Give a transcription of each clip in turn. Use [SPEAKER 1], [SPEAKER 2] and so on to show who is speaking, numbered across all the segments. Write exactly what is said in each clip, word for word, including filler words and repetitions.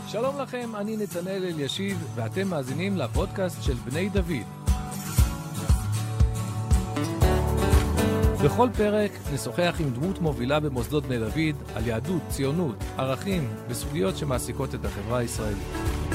[SPEAKER 1] שלום לכם, אני נתנאל אלישיב, ואתם מאזינים לפודקאסט של בני דוד. בכל פרק נשוחח עם דמות מובילה במוסדות בני דוד על יהדות, ציונות, ערכים וסוגיות שמעסיקות את החברה הישראלית.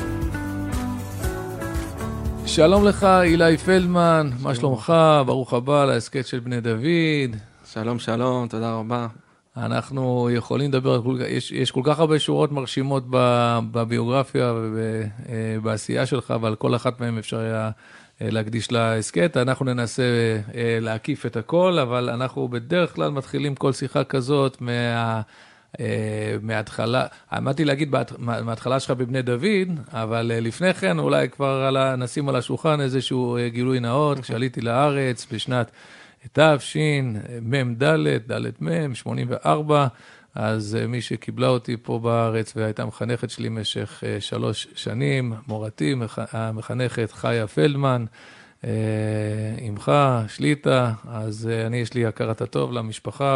[SPEAKER 1] שלום לך, אילי פלדמן, שלום. מה שלומך? ברוך הבא להסכת של בני דוד.
[SPEAKER 2] שלום, שלום, תודה רבה.
[SPEAKER 1] אנחנו יכולים לדבר, יש, יש כל כך הרבה שורות מרשימות בביוגרפיה ובעשייה שלך, ועל כל אחת מהן אפשר היה להקדיש להסכת. אנחנו ננסה להקיף את הכל, אבל אנחנו בדרך כלל מתחילים כל שיחה כזאת מה, מההתחלה, עמדתי להגיד מההתחלה שלך בבני דוד, אבל לפני כן אולי כבר נשים על השולחן איזשהו גילוי נאות, כשעליתי לארץ בשנת תש"ן, מ"ם ד', ד' מ"ם, שמונים וארבע, אז מי שקיבלה אותי פה בארץ והייתה מחנכת שלי במשך שלוש שנים, מורתי, המחנכת חיה פלדמן, אמך, שליטה, אז אני יש לי הכרת הטוב למשפחה,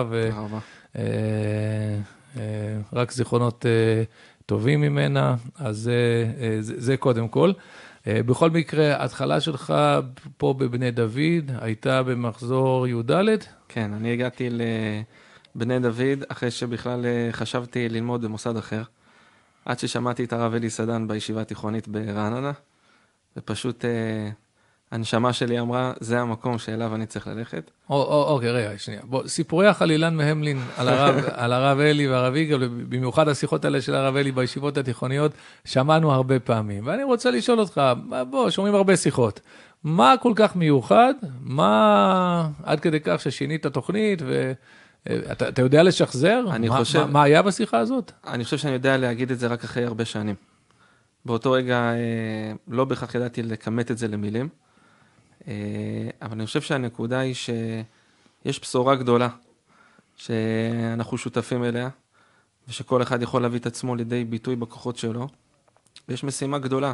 [SPEAKER 1] ורק זיכרונות טובים ממנה, אז זה, זה, זה קודם כל. בכל מקרה, ההתחלה שלך פה בבני דוד הייתה במחזור י"ד?
[SPEAKER 2] כן, אני הגעתי לבני דוד אחרי שבכלל חשבתי ללמוד במוסד אחר, עד ששמעתי את הרב אלי סדן בישיבה התיכונית ברעננה, ופשוט הנשמה שלי אמרה, זה המקום שאליו אני צריך ללכת.
[SPEAKER 1] אוקיי, רגע, שנייה. בוא, סיפורי החלילן מהמלין על הרב, על הרב אלי והרב יגאל, במיוחד השיחות האלה של הרב אלי בישיבות התיכוניות, שמענו הרבה פעמים. ואני רוצה לשאול אותך, בוא, שומעים הרבה שיחות. מה כל כך מיוחד? מה עד כדי כך ששינית תוכנית ואתה אתה יודע לשחזר?
[SPEAKER 2] אני
[SPEAKER 1] מה,
[SPEAKER 2] חושב,
[SPEAKER 1] מה, מה היה בשיחה הזאת?
[SPEAKER 2] אני חושב שאני יודע להגיד את זה רק אחרי הרבה שנים. באותו רגע לא בכך ידעתי לכמת את זה למילים. אבל אני חושב שהנקודה היא שיש בשורה גדולה שאנחנו שותפים אליה, ושכל אחד יכול להביא את עצמו לידי ביטוי בכוחות שלו. ויש משימה גדולה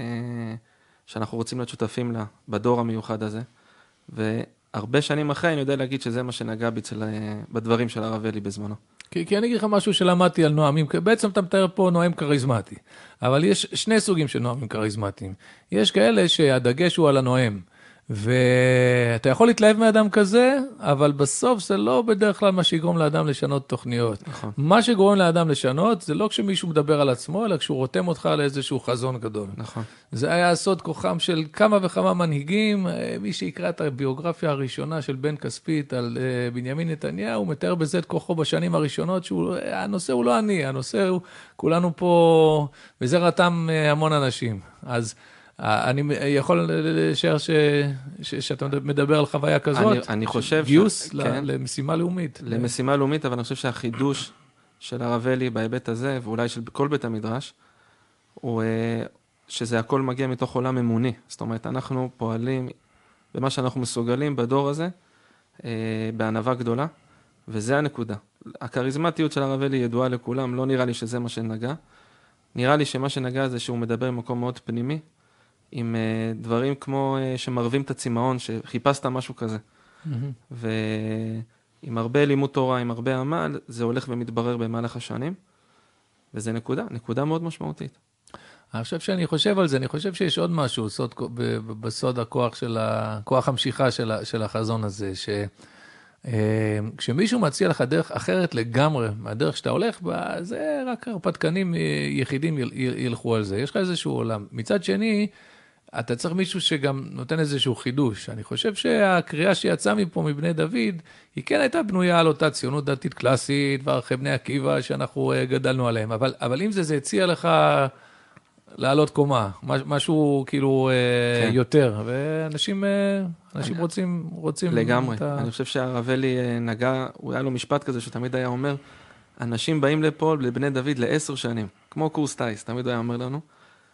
[SPEAKER 2] שאנחנו רוצים להיות שותפים לה בדור המיוחד הזה. והרבה שנים אחרי אני יודע להגיד שזה מה שנגע בצל, בדברים של הרב אלי בזמנו.
[SPEAKER 1] כי, כי אני אגיד לך משהו שלמדתי על נועמים, בעצם אתה מתאר פה נועם קריזמטי, אבל יש שני סוגים של נועמים קריזמטיים. יש כאלה שהדגש הוא על הנועם, ואתה יכול להתלהב מאדם כזה, אבל בסוף זה לא בדרך כלל מה שיגרום לאדם לשנות תוכניות.
[SPEAKER 2] נכון.
[SPEAKER 1] מה שגורם לאדם לשנות, זה לא כשמישהו מדבר על עצמו, אלא כשהוא רותם אותך לאיזשהו חזון גדול.
[SPEAKER 2] נכון.
[SPEAKER 1] זה היה סוד כוחם של כמה וכמה מנהיגים, מי שיקרא את הביוגרפיה הראשונה של בן כספית על בנימין נתניהו, הוא מתאר בזה את כוחו בשנים הראשונות, שהנושא הוא לא אני, הנושא הוא כולנו פה, וזה רתם המון אנשים. אז אני יכול לשער ש... ש... שאתה מדבר על חוויה כזאת,
[SPEAKER 2] אני, אני חושב
[SPEAKER 1] גיוס
[SPEAKER 2] ש...
[SPEAKER 1] ל...
[SPEAKER 2] כן.
[SPEAKER 1] למשימה לאומית.
[SPEAKER 2] למשימה לאומית, אבל אני חושב שהחידוש של הרב אלי בהיבט הזה, ואולי של כל בית המדרש, הוא שזה הכל מגיע מתוך עולם אמוני. זאת אומרת, אנחנו פועלים במה שאנחנו מסוגלים בדור הזה, בענווה גדולה, וזה הנקודה. הכריזמטיות של הרב אלי ידועה לכולם, לא נראה לי שזה מה שנגע. נראה לי שמה שנגע זה שהוא מדבר במקום מאוד פנימי, עם דברים כמו שמרווים את הצמאון, שחיפשת משהו כזה. Mm-hmm. ועם הרבה לימוד תורה, עם הרבה עמל, זה הולך ומתברר במהלך השנים, וזה נקודה, נקודה מאוד משמעותית.
[SPEAKER 1] אני חושב שאני חושב על זה, אני חושב שיש עוד משהו, סוד, בסוד הכוח של ה, כוח המשיכה של, ה, של החזון הזה, שכשמישהו מציע לך דרך אחרת לגמרי, מהדרך שאתה הולך בה, זה רק הרפתקנים יחידים ילכו על זה. יש לך איזשהו עולם. מצד שני, אתה צריך מישהו שגם נותן איזשהו חידוש. אני חושב שהקריאה שיצאה מפה מבני דוד, היא כן הייתה בנויה על אותה ציונות דתית קלאסית, וערכי בני עקיבא שאנחנו גדלנו עליהם. אבל, אבל אם זה, זה הציע לך לעלות קומה, משהו כאילו כן. יותר, ואנשים אנשים רוצים, רוצים...
[SPEAKER 2] לגמרי. ה... אני חושב שהרב אלי נגע, הוא היה לו משפט כזה שתמיד היה אומר, אנשים באים לפה, לבני דוד, לעשר שנים, כמו קורס טייס, תמיד הוא היה אומר לנו.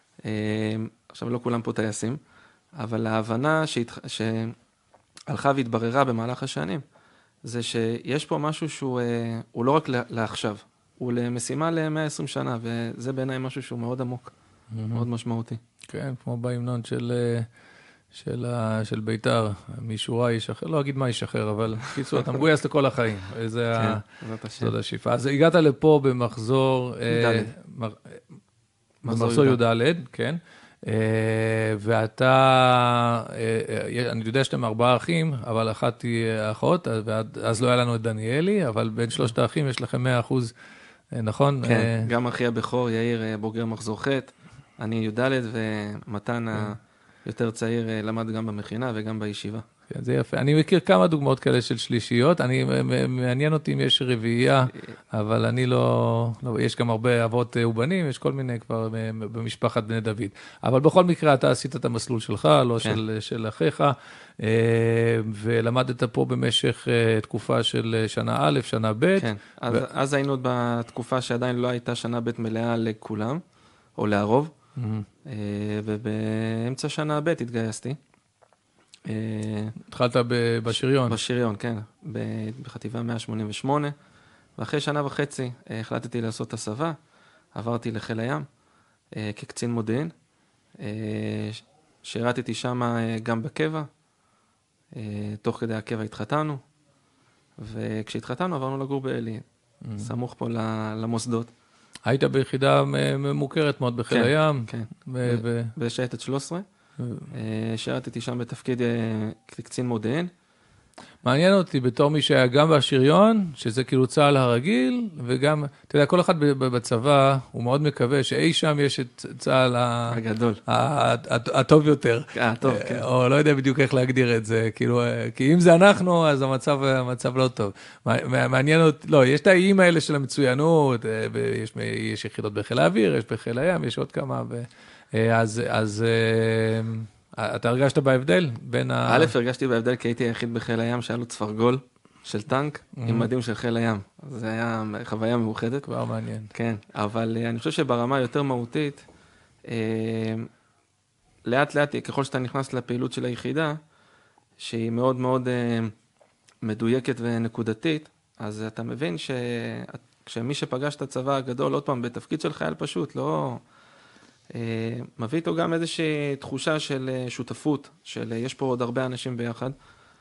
[SPEAKER 2] עכשיו לא כולם פה טייסים, אבל ההבנה שהתח... שהלכה והתבררה במהלך השנים, זה שיש פה משהו שהוא הוא לא רק לעכשיו, הוא למשימה ל-מאה ועשרים שנה, וזה בעיניי משהו שהוא מאוד עמוק, mm-hmm. מאוד משמעותי.
[SPEAKER 1] כן, כמו בהמנון של, של, של ביתר, משורה ישחרר, לא אגיד מה ישחרר, אבל קיצור, אתה מגויס לכל החיים, זה כן, ה... זאת השאיפה. אז הגעת לפה במחזור... במחזור י"ד, כן. ואתה, אני יודע שאתם ארבעה אחים, אבל אחת היא אחות, אז לא היה לנו את דניאלי, אבל בין שלושת האחים יש לכם מאה אחוז, נכון?
[SPEAKER 2] כן, גם אחי הבכור, יאיר, בוגר מחזור ח', אני י"ד, ומתן היותר צעיר למד גם במכינה וגם בישיבה.
[SPEAKER 1] כן, זה יפה. אני מכיר כמה דוגמאות כאלה של שלישיות, אני, מעניין אותי אם יש רביעייה, אבל אני לא, לא, יש גם הרבה אבות ובנים, יש כל מיני כבר במשפחת בני דוד. אבל בכל מקרה, אתה עשית את המסלול שלך, לא כן. של, של אחיך, ולמדת פה במשך תקופה של שנה א', שנה ב'.
[SPEAKER 2] כן, אז, ו... אז היינו בתקופה שעדיין לא הייתה שנה ב' מלאה לכולם, או להרוב, mm-hmm. ובאמצע שנה ב' התגייסתי.
[SPEAKER 1] התחלת בשריון.
[SPEAKER 2] בשריון, כן, בחטיבה מאה שמונים ושמונה, ואחרי שנה וחצי החלטתי לעשות הסבה, עברתי לחיל הים כקצין מודיעין, שירתתי שם גם בקבע, תוך כדי הקבע התחתנו, וכשהתחתנו עברנו לגור באלי, סמוך פה למוסדות.
[SPEAKER 1] היית ביחידה מוכרת מאוד בחיל הים?
[SPEAKER 2] כן, בשייטת שלוש עשרה. שירתתי שם בתפקיד קצין מודיעין.
[SPEAKER 1] מעניין אותי בתור מי שהיה גם בשריון, שזה כאילו צה"ל הרגיל, וגם, אתה יודע, כל אחד בצבא, הוא מאוד מקווה שאי שם יש את צה"ל
[SPEAKER 2] הגדול,
[SPEAKER 1] הטוב יותר.
[SPEAKER 2] הטוב, כן.
[SPEAKER 1] או לא יודע בדיוק איך להגדיר את זה, כאילו, כי אם זה אנחנו, אז המצב, המצב לא טוב. מעניין אותי, לא, יש את האיים האלה של המצוינות, יש, יש יחידות בחיל האוויר, יש בחיל הים, יש עוד כמה, ו... אז, אז אתה הרגשת בהבדל בין ה...
[SPEAKER 2] א', הרגשתי בהבדל כי הייתי היחיד בחיל הים שהיה לו צפרגול של טנק עם מדים של חיל הים. זה היה חוויה מאוחדת.
[SPEAKER 1] כבר מעניין.
[SPEAKER 2] כן, אבל אני חושב שברמה יותר מהותית, לאט לאט, ככל שאתה נכנס לפעילות של היחידה, שהיא מאוד מאוד מדויקת ונקודתית, אז אתה מבין שכשמי שפגש את הצבא הגדול, עוד פעם, בתפקיד של חייל פשוט, לא... מביא איתו גם איזושהי תחושה של שותפות, של יש פה עוד הרבה אנשים ביחד,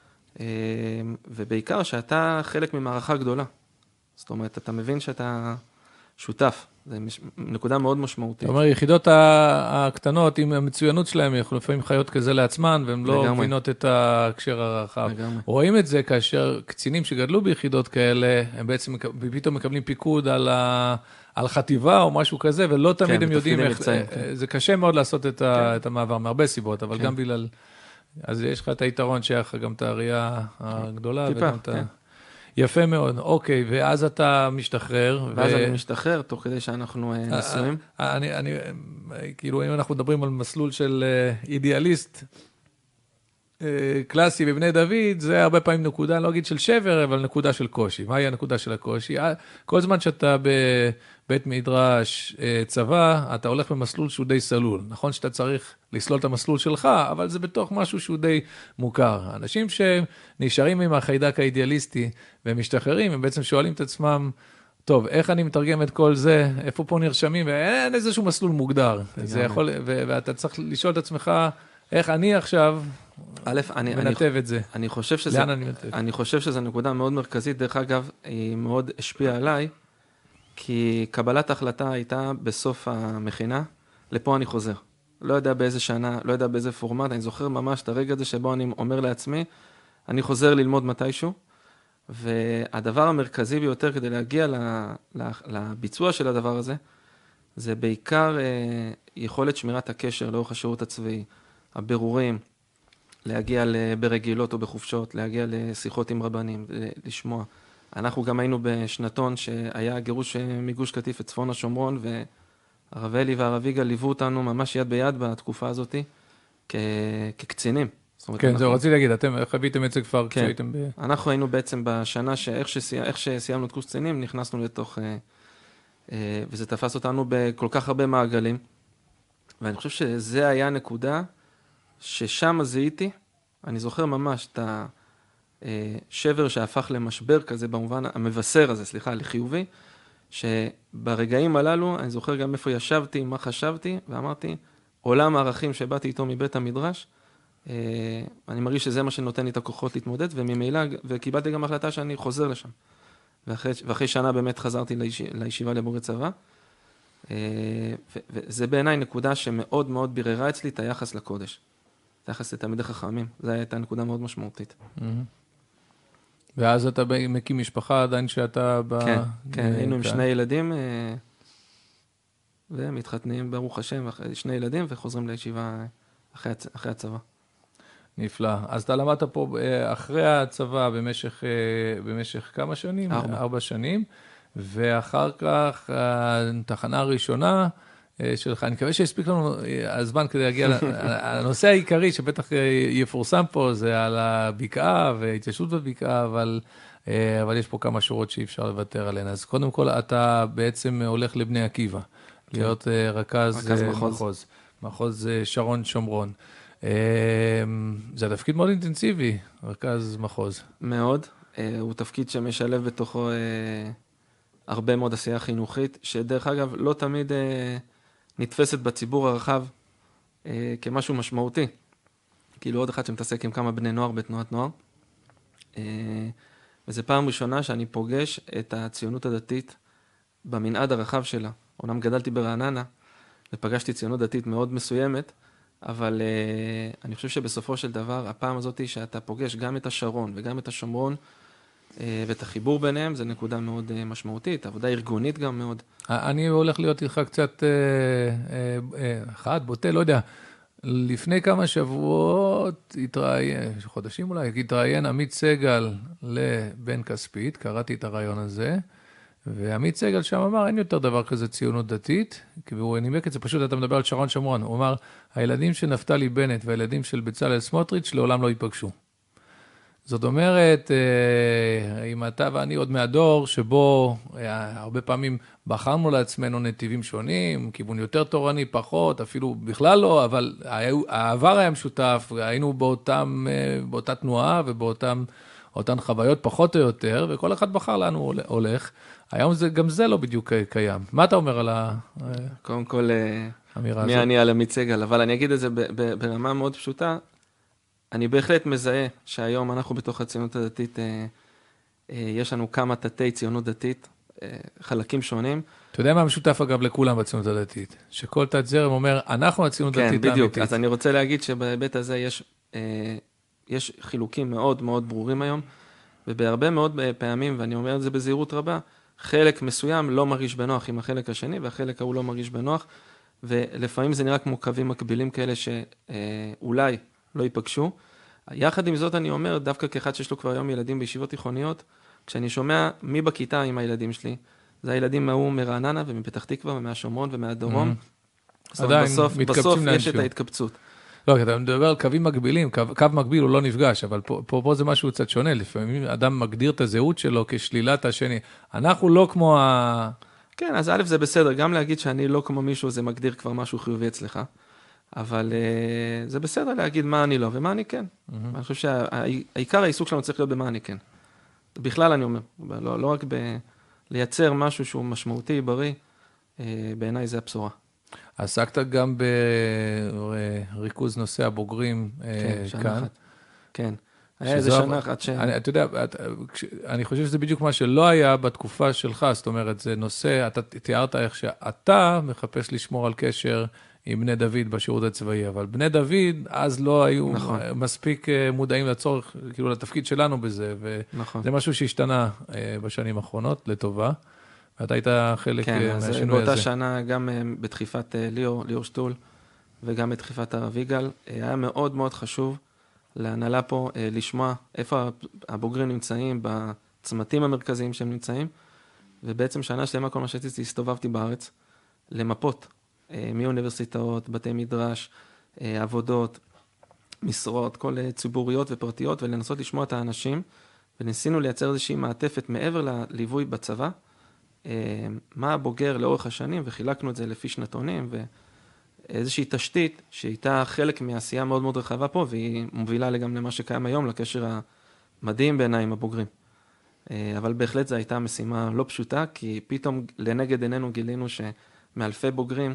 [SPEAKER 2] ובעיקר שאתה חלק ממערכה גדולה. זאת אומרת, אתה מבין שאתה שותף, זה נקודה מאוד משמעותית.
[SPEAKER 1] זאת אומרת, יחידות הקטנות, עם המצוינות שלהם, יכולים לפעמים חיות כזה לעצמן, והן לא מבינות את ההקשר הרחב. רואים את זה כאשר קצינים שגדלו ביחידות כאלה, הם בעצם פתאום מקבלים פיקוד על ה... על חטיבה או משהו כזה, ולא תמיד הם יודעים איך... זה קשה מאוד לעשות את המעבר, מהרבה סיבות, אבל גם בגלל... אז יש לך את היתרון שהיה לך גם את הראייה הגדולה, וגם את ה... יפה מאוד, אוקיי, ואז אתה משתחרר.
[SPEAKER 2] ואז אני משתחרר, תוך כדי שאנחנו נשואים.
[SPEAKER 1] אני, אני, כאילו, אם אנחנו מדברים על מסלול של אידיאליסט, קלאסי בבני דוד, זה הרבה פעמים נקודה, אני לא אגיד של שבר, אבל נקודה של קושי. מהי הנקודה של הקושי? כל זמן שאתה בבית מדרש צבא, אתה הולך במסלול שהוא די סלול. נכון שאתה צריך לסלול את המסלול שלך, אבל זה בתוך משהו שהוא די מוכר. אנשים שנשארים עם החיידק האידיאליסטי והם משתחררים, הם בעצם שואלים את עצמם, טוב, איך אני מתרגם את כל זה? איפה פה נרשמים? ואין איזשהו מסלול מוגדר. זה יכול, ואתה צריך לשאול את עצמך, איך אני עכשיו
[SPEAKER 2] א', אני,
[SPEAKER 1] מנתב
[SPEAKER 2] אני,
[SPEAKER 1] את זה?
[SPEAKER 2] אני חושב שזה,
[SPEAKER 1] לאן אני מנתב?
[SPEAKER 2] אני חושב שזו נקודה מאוד מרכזית, דרך אגב, היא מאוד השפיעה עליי, כי קבלת ההחלטה הייתה בסוף המכינה, לפה אני חוזר. לא יודע באיזה שנה, לא יודע באיזה פורמט, אני זוכר ממש את הרגע הזה שבו אני אומר לעצמי, אני חוזר ללמוד מתישהו, והדבר המרכזי ביותר כדי להגיע לביצוע של הדבר הזה, זה בעיקר יכולת שמירת הקשר לאורך השירות הצבאי, הבירורים, להגיע ברגילות או בחופשות, להגיע לשיחות עם רבנים, לשמוע. אנחנו גם היינו בשנתון שהיה גירוש מגוש קטיף את צפון השומרון, והרב אלי והרב יגאל ליוו אותנו ממש יד ביד בתקופה הזאת, כקצינים.
[SPEAKER 1] כן, זהו, רציתי להגיד, אתם חוויתם את זה כבר כשהייתם ב...
[SPEAKER 2] אנחנו היינו בעצם בשנה שאיך שסיימנו את קורס קצינים, נכנסנו לתוך... וזה תפס אותנו בכל כך הרבה מעגלים, ואני חושב שזה היה הנקודה ששם זיהיתי, אני זוכר ממש את השבר שהפך למשבר כזה, במובן המבשר הזה, סליחה, לחיובי, שברגעים הללו, אני זוכר גם איפה ישבתי, מה חשבתי, ואמרתי, עולם הערכים שבאתי איתו מבית המדרש, אני מרגיש שזה מה שנותן לי את הכוחות להתמודד, וממילא, וקיבלתי גם החלטה שאני חוזר לשם. ואחרי, ואחרי שנה באמת חזרתי לישיבה לבוגרי צבא, וזה בעיניי נקודה שמאוד מאוד ביררה אצלי את היחס לקודש. את היחס לתלמידי חכמים. זו הייתה נקודה מאוד משמעותית.
[SPEAKER 1] ואז אתה מקים משפחה עדיין שאתה...
[SPEAKER 2] כן, כן, היינו עם שני ילדים, ומתחתנים ברוך השם, שני ילדים, וחוזרים לישיבה אחרי הצבא.
[SPEAKER 1] נפלא. אז אתה למדת פה אחרי הצבא במשך, במשך כמה שנים?
[SPEAKER 2] ארבע.
[SPEAKER 1] ארבע שנים. ואחר כך, התחנה הראשונה שלך, אני מקווה שהספיק לנו הזמן כדי להגיע, הנושא העיקרי שבטח יפורסם פה זה על הבקעה והתיישבות בבקעה, אבל, אבל יש פה כמה שורות שאי אפשר לוותר עליהן. אז קודם כל, אתה בעצם הולך לבני עקיבא, כן. להיות רכז,
[SPEAKER 2] רכז מחוז.
[SPEAKER 1] מחוז, מחוז שרון שומרון. זה התפקיד מאוד אינטנסיבי, רכז מחוז.
[SPEAKER 2] מאוד. הוא תפקיד שמשלב בתוכו הרבה מאוד עשייה חינוכית, שדרך אגב לא תמיד נתפסת בציבור הרחב כמשהו משמעותי. כאילו עוד אחד שמתעסק עם כמה בני נוער בתנועת נוער. וזו פעם ראשונה שאני פוגש את הציונות הדתית במנעד הרחב שלה. אומנם גדלתי ברעננה, ופגשתי ציונות דתית מאוד מסוימת, אבל uh, אני חושב שבסופו של דבר, הפעם הזאת היא שאתה פוגש גם את השרון וגם את השומרון, uh, ואת החיבור ביניהם, זו נקודה מאוד uh, משמעותית, עבודה ארגונית גם מאוד.
[SPEAKER 1] אני הולך להיות איתך קצת uh, uh, uh, אחד, בוטה, לא יודע. לפני כמה שבועות, התראיין, חודשים אולי, התראיין עמית סגל לבן כספית, קראתי את הרעיון הזה, ועמית סגל שם אמר, אין יותר דבר כזה ציונות דתית, כי הוא נימק את זה, פשוט אתה מדבר על שרון שומרון, הוא אמר, הילדים של נפתלי בנט והילדים של בצלאל סמוטריץ' לעולם לא ייפגשו. זאת אומרת, אם אתה ואני עוד מהדור, שבו הרבה פעמים בחרנו לעצמנו נתיבים שונים, כיוון יותר תורני, פחות, אפילו בכלל לא, אבל העבר היה משותף, היינו באותם, באותה תנועה ובאותם אותן חוויות פחות או יותר, וכל אחד בחר לאן הוא הולך. היום זה, גם זה לא בדיוק קיים. מה אתה אומר על ה...
[SPEAKER 2] קודם כל, מי אני על עמית סגל, אבל אני אגיד את זה ברמה מאוד פשוטה, אני בהחלט מזהה שהיום אנחנו בתוך הציונות הדתית, יש לנו כמה תתי ציונות דתית, חלקים שונים.
[SPEAKER 1] אתה יודע מה המשותף אגב לכולם בציונות הדתית? שכל תת זרם אומר, אנחנו הציונות הדתית האמיתית.
[SPEAKER 2] כן, בדיוק. אז אני רוצה להגיד שבהיבט הזה יש, יש חילוקים מאוד מאוד ברורים היום, ובהרבה מאוד פעמים, ואני אומר את זה בזהירות רבה, חלק מסוים לא מרגיש בנוח עם החלק השני, והחלק ההוא לא מרגיש בנוח, ולפעמים זה נראה כמו קווים מקבילים כאלה שאולי לא ייפגשו. יחד עם זאת אני אומר, דווקא כאחד שיש לו כבר היום ילדים בישיבות תיכוניות, כשאני שומע מי בכיתה עם הילדים שלי, זה הילדים מהוא מרעננה ומפתח תקווה ומהשומרון ומהדרום.
[SPEAKER 1] עדיין
[SPEAKER 2] בסוף,
[SPEAKER 1] מתקבצים לאנשהו.
[SPEAKER 2] יש את ההתקבצות.
[SPEAKER 1] לא, אתה מדבר על קווים מקבילים, קו, קו מקביל הוא לא נפגש, אבל פה, פה, פה זה משהו קצת שונה, לפעמים אדם מגדיר את הזהות שלו כשלילת השני. אנחנו לא כמו ה...
[SPEAKER 2] כן, אז א' זה בסדר, גם להגיד שאני לא כמו מישהו, זה מגדיר כבר משהו חיובי אצלך, אבל uh, זה בסדר להגיד מה אני לא ומה אני כן. Mm-hmm. אני חושב שהעיקר העיסוק שלנו צריך להיות במה אני כן. בכלל אני אומר, לא, לא רק ב... לייצר משהו שהוא משמעותי, בריא, uh, בעיניי זה הבשורה.
[SPEAKER 1] עסקת גם בריכוז נושא הבוגרים
[SPEAKER 2] כן,
[SPEAKER 1] כאן.
[SPEAKER 2] שנה אחת. כן, היה איזה שנה אחת ש...
[SPEAKER 1] אני, אתה יודע, אני חושב שזה בדיוק מה שלא היה בתקופה שלך, זאת אומרת, זה נושא, אתה תיארת איך שאתה מחפש לשמור על קשר עם בני דוד בשירות הצבאי, אבל בני דוד אז לא היו נכון. מספיק מודעים לצורך, כאילו לתפקיד שלנו בזה, וזה נכון. משהו שהשתנה בשנים האחרונות לטובה. ואתה היית חלק
[SPEAKER 2] כן,
[SPEAKER 1] מהשינוי הזה.
[SPEAKER 2] כן, באותה שנה גם בדחיפת ליאור, ליאור שטול, וגם בדחיפת הרב יגאל, היה מאוד מאוד חשוב להנהלה פה לשמוע איפה הבוגרים נמצאים, בצמתים המרכזיים שהם נמצאים, ובעצם שנה שלמה כל מה שעשיתי, הסתובבתי בארץ, למפות, מאוניברסיטאות, בתי מדרש, עבודות, משרות, כל ציבוריות ופרטיות, ולנסות לשמוע את האנשים, וניסינו לייצר איזושהי מעטפת מעבר לליווי בצבא, מה הבוגר לאורך השנים, וחילקנו את זה לפי שנתונים, ואיזושהי תשתית שהייתה חלק מעשייה מאוד מאוד רחבה פה, והיא מובילה גם למה שקיים היום, לקשר המדהים בעיניי עם הבוגרים. אבל בהחלט זו הייתה משימה לא פשוטה, כי פתאום לנגד עינינו גילינו שמאלפי בוגרים,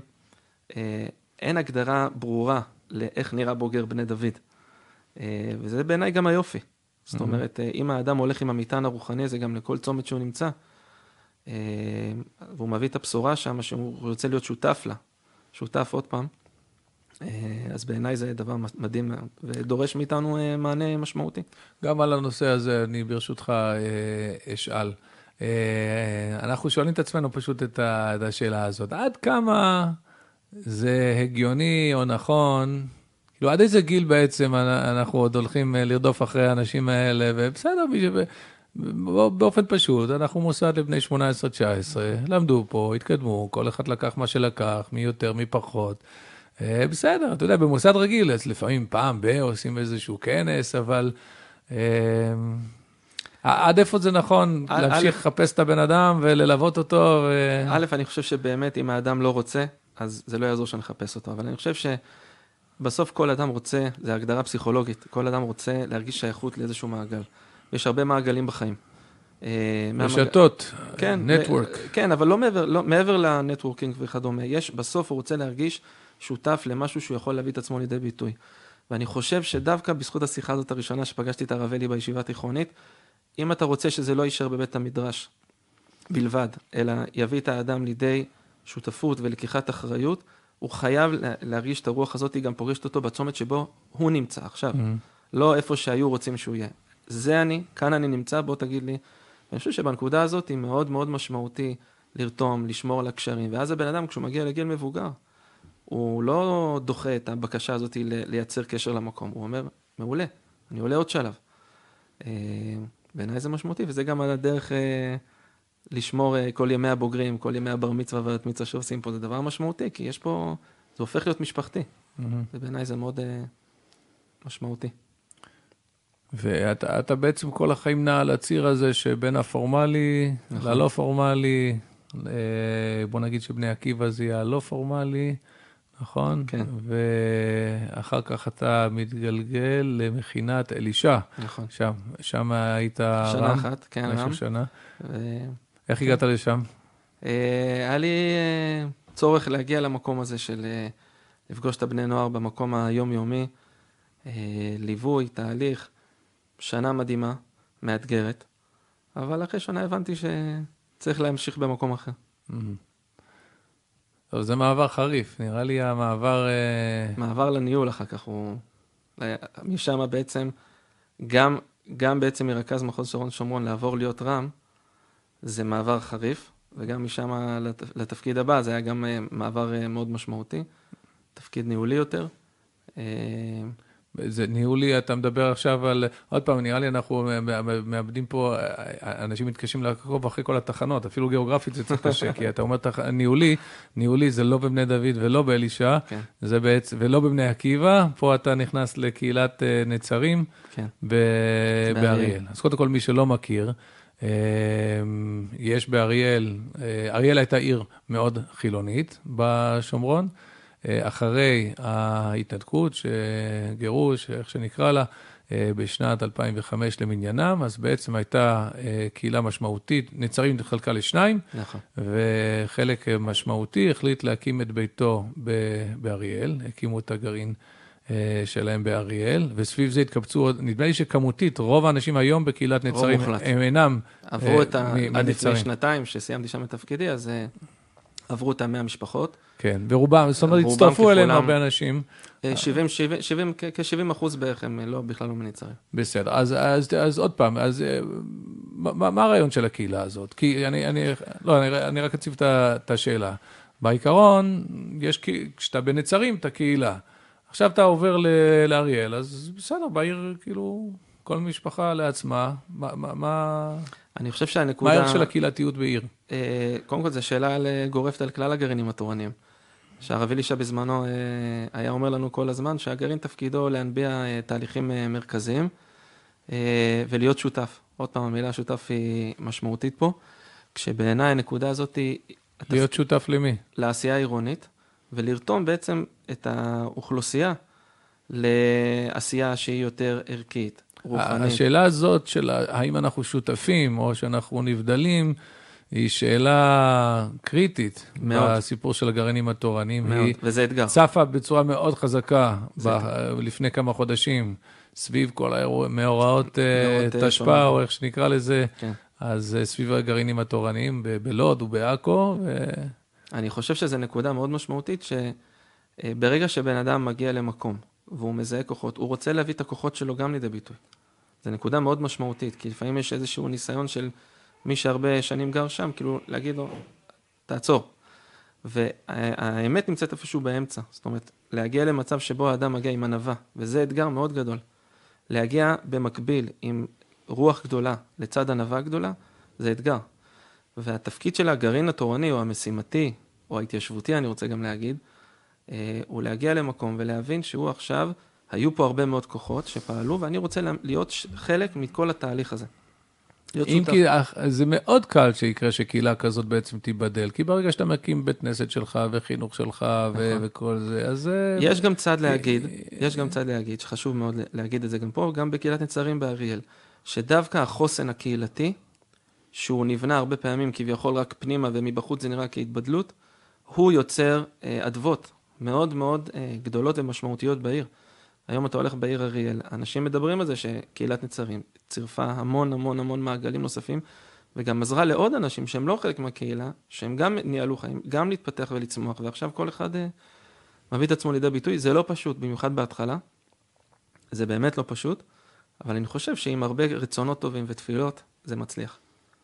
[SPEAKER 2] אין הגדרה ברורה לאיך נראה בוגר בני דוד. וזה בעיניי גם היופי. זאת אומרת, אם האדם הולך עם המטען הרוחני, זה גם לכל צומת שהוא נמצא, והוא מביא את הבשורה שם, שהוא רוצה להיות שותף לה, שותף עוד פעם. אז בעיניי זה דבר מדהים, ודורש מאיתנו מענה משמעותי.
[SPEAKER 1] גם על הנושא הזה, אני ברשותך אשאל. אנחנו שואלים את עצמנו פשוט את השאלה הזאת. עד כמה זה הגיוני או נכון, כאילו עד איזה גיל בעצם אנחנו עוד הולכים לרדוף אחרי האנשים האלה, ובסדר, באופן פשוט, אנחנו מוסד לבני שמונה עשרה תשע עשרה, למדו פה, התקדמו, כל אחד לקח מה שלקח, מי יותר, מי פחות. בסדר, אתה יודע, במוסד רגיל, לפעמים פעם ב- עושים איזשהו כנס, אבל עד איפה זה נכון להמשיך לחפש את הבן אדם וללוות אותו?
[SPEAKER 2] א', אני חושב שבאמת אם האדם לא רוצה, אז זה לא יעזור שנחפש אותו, אבל אני חושב שבסוף כל אדם רוצה, זה הגדרה פסיכולוגית, כל אדם רוצה להרגיש שייכות לאיזשהו מעגל. יש הרבה מעגלים בחיים.
[SPEAKER 1] רשתות,
[SPEAKER 2] כן,
[SPEAKER 1] נטוורק.
[SPEAKER 2] כן, אבל לא מעבר, לא, מעבר לנטוורקינג וכדומה. יש, בסוף הוא רוצה להרגיש שותף למשהו שהוא יכול להביא את עצמו לידי ביטוי. ואני חושב שדווקא בזכות השיחה הזאת הראשונה שפגשתי את הרב אלי בישיבה התיכונית, אם אתה רוצה שזה לא יישאר בבית המדרש בלבד, אלא יביא את האדם לידי שותפות ולקיחת אחריות, הוא חייב להרגיש את הרוח הזאת, היא גם פוגשת אותו בצומת שבו הוא נמצא עכשיו. Mm-hmm. לא איפה שהיו רוצים שהוא יהיה. זה אני, כאן אני נמצא, בוא תגיד לי. אני חושב שבנקודה הזאת היא מאוד מאוד משמעותי לרתום, לשמור על הקשרים, ואז הבן אדם כשהוא מגיע לגיל מבוגר, הוא לא דוחה את הבקשה הזאת לייצר קשר למקום, הוא אומר, מעולה, אני עולה עוד שלב. בעיניי זה משמעותי, וזה גם על הדרך לשמור כל ימי הבוגרים, כל ימי הבר מצווה ובת מצווה שעושים פה, זה דבר משמעותי, כי יש פה, זה הופך להיות משפחתי, ובעיניי זה מאוד משמעותי.
[SPEAKER 1] ואתה אתה בעצם כל החיים נע על הציר הזה שבין הפורמלי נכון. ללא פורמלי, בוא נגיד שבני עקיבא זה יהיה הלא פורמלי, נכון?
[SPEAKER 2] כן.
[SPEAKER 1] ואחר כך אתה מתגלגל למכינת אלישע.
[SPEAKER 2] נכון.
[SPEAKER 1] שם, שם היית רם.
[SPEAKER 2] שנה אחת, כן, רם.
[SPEAKER 1] משהו שנה.
[SPEAKER 2] ו...
[SPEAKER 1] איך הגעת לשם?
[SPEAKER 2] היה לי צורך להגיע למקום הזה של לפגוש את הבני נוער במקום היומיומי, ליווי, תהליך, שנה מדהימה, מאתגרת, אבל אחרי שנה הבנתי שצריך להמשיך במקום אחר.
[SPEAKER 1] טוב, זה מעבר חריף, נראה לי המעבר...
[SPEAKER 2] מעבר לניהול אחר כך, הוא... משם בעצם, גם, גם בעצם מרכז מחוז שרון שומרון לעבור להיות רם, זה מעבר חריף, וגם משם לתפקיד הבא, זה היה גם מעבר מאוד משמעותי, תפקיד ניהולי יותר.
[SPEAKER 1] זה ניהולי, אתה מדבר עכשיו על, עוד פעם, נראה לי אנחנו מאבדים פה, אנשים מתקשים לעקוב אחרי כל התחנות, אפילו גיאוגרפית זה צריך קשה, כי אתה אומר, ניהולי, ניהולי זה לא בבני דוד ולא באלישע,
[SPEAKER 2] כן.
[SPEAKER 1] זה בעצם, ולא בבני עקיבא, פה אתה נכנס לקהילת נצרים,
[SPEAKER 2] כן.
[SPEAKER 1] באריאל. אז קודם כל, מי שלא מכיר, יש באריאל, אריאל הייתה עיר מאוד חילונית בשומרון, אחרי ההתנתקות, שגירוש, איך שנקרא לה, בשנת אלפיים וחמש למניינם, אז בעצם הייתה קהילה משמעותית, נצרים חלקה לשניים,
[SPEAKER 2] נכון.
[SPEAKER 1] וחלק משמעותי החליט להקים את ביתו באריאל, הקימו את הגרעין שלהם באריאל, וסביב זה התקבצו, נדמה לי שכמותית, רוב האנשים היום בקהילת נצרים, הם אינם מנצרים.
[SPEAKER 2] עברו את ה... עד לפני שנתיים שסיימתי שם את תפקידי, אז עברו את המאה משפחות.
[SPEAKER 1] כן, ורובם, זאת אומרת, הצטרפו אלינו הרבה אנשים.
[SPEAKER 2] שבעים, שבעים, כ-שבעים אחוז בערך הם לא, בכלל לא מנצרים.
[SPEAKER 1] בסדר, אז, אז, אז עוד פעם, אז מה, מה הרעיון של הקהילה הזאת? כי אני, אני, לא, אני, אני רק אציב את השאלה. בעיקרון, יש, כשאתה בנצרים, את הקהילה. עכשיו אתה עובר לאריאל, אז בסדר, בעיר, כאילו, כל משפחה לעצמה, מה, מה, מה...
[SPEAKER 2] אני חושב שהנקודה...
[SPEAKER 1] מה הערך של הקהילתיות בעיר?
[SPEAKER 2] קודם כל, זו שאלה גורפת על כלל הגרעינים התורניים. שהרב אלישע בזמנו היה אומר לנו כל הזמן שהגרעין תפקידו להנביע תהליכים מרכזיים ולהיות שותף. עוד פעם, המילה שותף היא משמעותית פה, כשבעיניי הנקודה הזאת היא...
[SPEAKER 1] להיות שותף למי?
[SPEAKER 2] לעשייה עירונית, ולרתום בעצם את האוכלוסייה לעשייה שהיא יותר ערכית. רוחנית.
[SPEAKER 1] השאלה הזאת של האם אנחנו שותפים או שאנחנו נבדלים, היא שאלה קריטית מאוד. בסיפור של הגרעינים התורניים.
[SPEAKER 2] מאוד,
[SPEAKER 1] היא
[SPEAKER 2] וזה אתגר.
[SPEAKER 1] צפה בצורה מאוד חזקה ב- לפני כמה חודשים, סביב כל המאורעות תשפ"א, או איך שנקרא לזה,
[SPEAKER 2] כן.
[SPEAKER 1] אז סביב הגרעינים התורניים בלוד ובעכו. ו...
[SPEAKER 2] אני חושב שזו נקודה מאוד משמעותית, שברגע שבן אדם מגיע למקום, והוא מזהה כוחות, הוא רוצה להביא את הכוחות שלו גם לידי ביטוי. זו נקודה מאוד משמעותית, כי לפעמים יש איזשהו ניסיון של מי שהרבה שנים גר שם, כאילו להגיד לו, תעצור. והאמת נמצאת איפשהו באמצע. זאת אומרת, להגיע למצב שבו האדם מגיע עם ענווה, וזה אתגר מאוד גדול. להגיע במקביל עם רוח גדולה לצד ענווה גדולה, זה אתגר. והתפקיד של הגרעין התורני או המשימתי, או ההתיישבותי, אני רוצה גם להגיד, הוא להגיע למקום ולהבין שהוא עכשיו, היו פה הרבה מאוד כוחות שפעלו, ואני רוצה להיות חלק מכל התהליך הזה.
[SPEAKER 1] אם כי זה מאוד קל שיקרה שקהילה כזאת בעצם תיבדל, כי ברגע שאתה מקים בית כנסת שלך וחינוך שלך וכל זה, אז...
[SPEAKER 2] יש גם צד להגיד, יש גם צד להגיד, שחשוב מאוד להגיד את זה גם פה, גם בקהילת נצרים באריאל, שדווקא החוסן הקהילתי, שהוא נבנה הרבה פעמים כביכול רק פנימה ומבחוץ זה נראה כהתבדלות, הוא יוצר אדוות מאוד מאוד גדולות ומשמעותיות בעיר. היום אתה הולך בעיר אריאל, אנשים מדברים על זה שקהילת נצרים צירפה המון המון המון מעגלים נוספים, וגם עזרה לעוד אנשים שהם לא חלק מהקהילה, שהם גם ניהלו חיים, גם להתפתח ולצמוח, ועכשיו כל אחד אה, מביא את עצמו לידי ביטוי. זה לא פשוט, במיוחד בהתחלה, זה באמת לא פשוט, אבל אני חושב שעם הרבה רצונות טובים ותפילות, זה מצליח.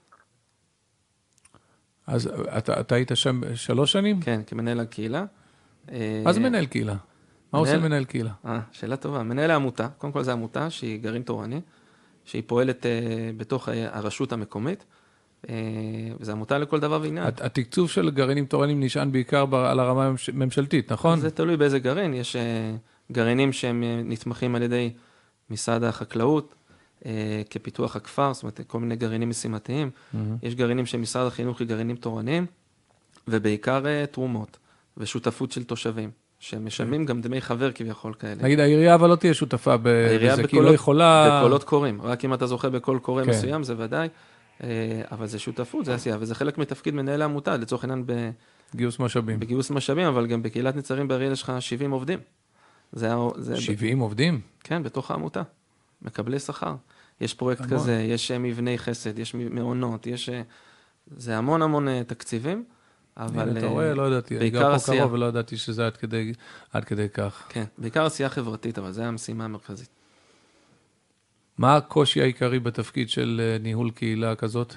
[SPEAKER 1] אז אתה, אתה היית שם שלוש שנים?
[SPEAKER 2] כן, כמנהל הקהילה.
[SPEAKER 1] מה זה מנהל קהילה? מה עושה מנהל קהילה?
[SPEAKER 2] אה, שאלה טובה. מנהל העמותה, קודם כל זו עמותה שהיא גרעין תורני, שהיא פועלת אה, בתוך הרשות המקומית, אה, וזו עמותה לכל דבר ועניין.
[SPEAKER 1] התקצוב של גרעינים תורנים נשען בעיקר על הרמה הממשלתית, נכון?
[SPEAKER 2] זה תלוי באיזה גרעין. יש אה, גרעינים שהם נתמכים על ידי משרד החקלאות, אה, כפיתוח הכפר, זאת אומרת, כל מיני גרעינים משימתיים. Mm-hmm. יש גרעינים שמשרד החינוך היא גרעינים תורניים, ובעיקר אה, תרומות ושותפות של תושבים. שמשלמים גם דמי חבר כביכול כאלה.
[SPEAKER 1] נגיד, העירייה אבל לא תהיה שותפה בזה, כי לא יכולה...
[SPEAKER 2] בקולות קוראים, רק אם אתה זוכה בקול קורא מסוים, זה ודאי, אבל זה שותפות, זה עשייה, וזה חלק מתפקיד מנהל העמותה, לצורך עניין
[SPEAKER 1] גיוס משאבים.
[SPEAKER 2] בגיוס משאבים, אבל גם בקהילת נצרים באריאל יש לך שבעים עובדים.
[SPEAKER 1] שבעים עובדים?
[SPEAKER 2] כן, בתוך העמותה, מקבלי שכר. יש פרויקט כזה, יש מבני חסד, יש מעונות, יש... זה המון המון תקציבים.
[SPEAKER 1] אבל אתה רואה, לא ידעתי, אני גר פה קרוב ולא ידעתי שזה עד כדי, עד כדי כך.
[SPEAKER 2] כן, בעיקר עשייה חברתית, אבל זה המשימה המרכזית.
[SPEAKER 1] מה הקושי העיקרי בתפקיד של ניהול קהילה כזאת?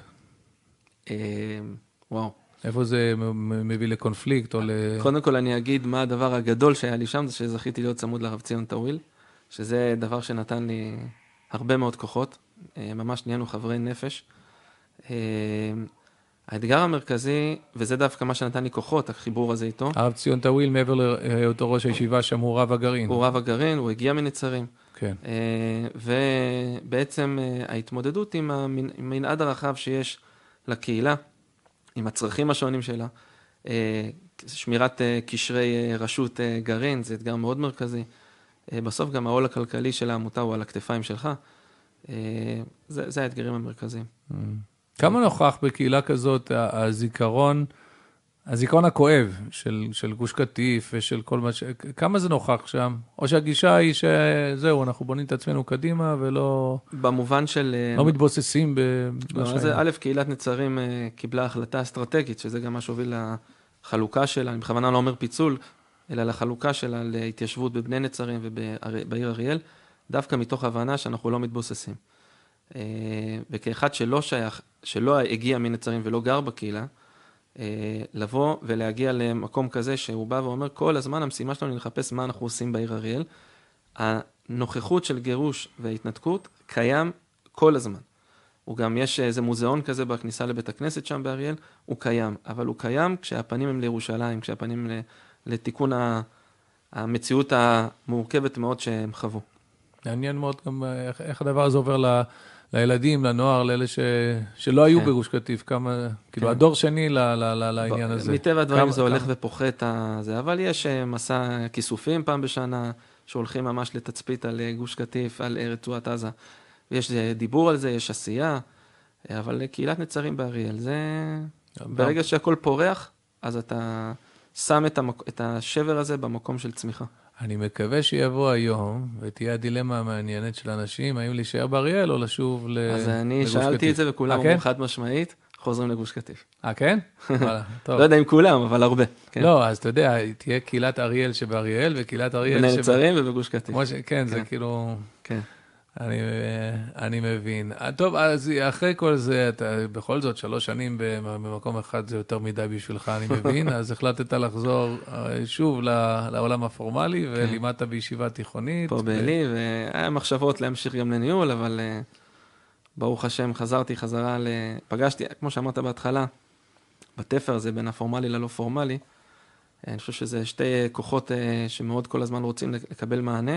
[SPEAKER 2] וואו.
[SPEAKER 1] איפה זה מביא לקונפליקט או ל...
[SPEAKER 2] קודם כל אני אגיד מה הדבר הגדול שהיה לי שם, זה שזכיתי להיות צמוד לרב ציון טוויל, שזה דבר שנתן לי הרבה מאוד כוחות, ממש נהיינו חברי נפש. האתגר המרכזי, וזה דווקא מה שנתן לי כוחות, החיבור הזה איתו.
[SPEAKER 1] הרב ציון טוויל, מעבר לאותו ראש הישיבה שם, הוא רב הגרעין.
[SPEAKER 2] הוא רב הגרעין, הוא הגיע מנצרים.
[SPEAKER 1] כן.
[SPEAKER 2] ובעצם ההתמודדות עם המנעד הרחב שיש לקהילה, עם הצרכים השונים שלה, שמירת קשרי רשות גרעין, זה אתגר מאוד מרכזי. בסוף גם העול הכלכלי של העמותה הוא על הכתפיים שלך. זה, זה האתגרים המרכזיים.
[SPEAKER 1] כמה נוכח בקהילה כזאת הזיכרון, הזיכרון הכואב של, של גוש קטיף ושל כל מה ש... כמה זה נוכח שם? או שהגישה היא שזהו, אנחנו בונים את עצמנו קדימה ולא...
[SPEAKER 2] במובן של...
[SPEAKER 1] לא מתבוססים ב...
[SPEAKER 2] לא, אז א', קהילת נצרים קיבלה החלטה אסטרטגית, שזה גם מה שהוביל לחלוקה שלה, אני בכוונה לא אומר פיצול, אלא לחלוקה שלה להתיישבות בבני נצרים ובעיר אריאל, דווקא מתוך הבנה שאנחנו לא מתבוססים. וכאחד שלא שייך, שלא הגיע מנצרים ולא גר בקהילה, לבוא ולהגיע למקום כזה שהוא בא ואומר, כל הזמן המשימה שלנו לחפש מה אנחנו עושים בעיר אריאל. הנוכחות של גירוש וההתנתקות קיים כל הזמן. הוא גם, יש איזה מוזיאון כזה בכניסה לבית הכנסת שם באריאל, הוא קיים, אבל הוא קיים כשהפנים הם לירושלים, כשהפנים לתיקון המציאות המורכבת מאוד שהם חוו.
[SPEAKER 1] מעניין מאוד גם איך, איך הדבר הזה עובר ל, לילדים, לנוער, לאלה ש, שלא היו כן. בגוש קטיף, כמה, כן. כאילו הדור שני ל, ל, ל, לעניין ב, הזה.
[SPEAKER 2] מטבע הדברים כמה, זה הולך כמה... ופוחת, הזה, אבל יש מסע כיסופים פעם בשנה, שהולכים ממש לתצפית על גוש קטיף, על רצועת עזה. יש דיבור על זה, יש עשייה, אבל קהילת נצרים באריאל, זה... ברגע שהכל פורח, אז אתה שם את, המק... את השבר הזה במקום של צמיחה.
[SPEAKER 1] אני מקווה שיבוא היום, ותהיה הדילמה המעניינת של אנשים, האם להישאר באריאל או לשוב לגוש קטיף.
[SPEAKER 2] אז אני שאלתי את זה וכולם
[SPEAKER 1] אה, כן?
[SPEAKER 2] אמרו חד משמעית, חוזרים לגוש קטיף.
[SPEAKER 1] אה, כן? וואלה, טוב.
[SPEAKER 2] לא יודע אם כולם, אבל הרבה. כן.
[SPEAKER 1] לא, אז אתה יודע, תהיה קהילת אריאל שבאריאל, וקהילת אריאל
[SPEAKER 2] בני
[SPEAKER 1] שב...
[SPEAKER 2] נצרים ובגוש קטיף.
[SPEAKER 1] כמו ש... כן, זה
[SPEAKER 2] כן.
[SPEAKER 1] כאילו...
[SPEAKER 2] כן.
[SPEAKER 1] אני, אני מבין. טוב, אז אחרי כל זה, אתה בכל זאת שלוש שנים במקום אחד זה יותר מדי בשבילך, אני מבין, אז החלטת לחזור שוב לעולם הפורמלי, ולימדת בישיבה תיכונית.
[SPEAKER 2] פה בעלי, והיה מחשבות להמשיך גם לניהול, אבל ברוך השם חזרתי חזרה, פגשתי, כמו שאמרת בהתחלה, בתפר הזה בין הפורמלי ללא פורמלי, אני חושב שזה שתי כוחות שמאוד כל הזמן רוצים לקבל מענה,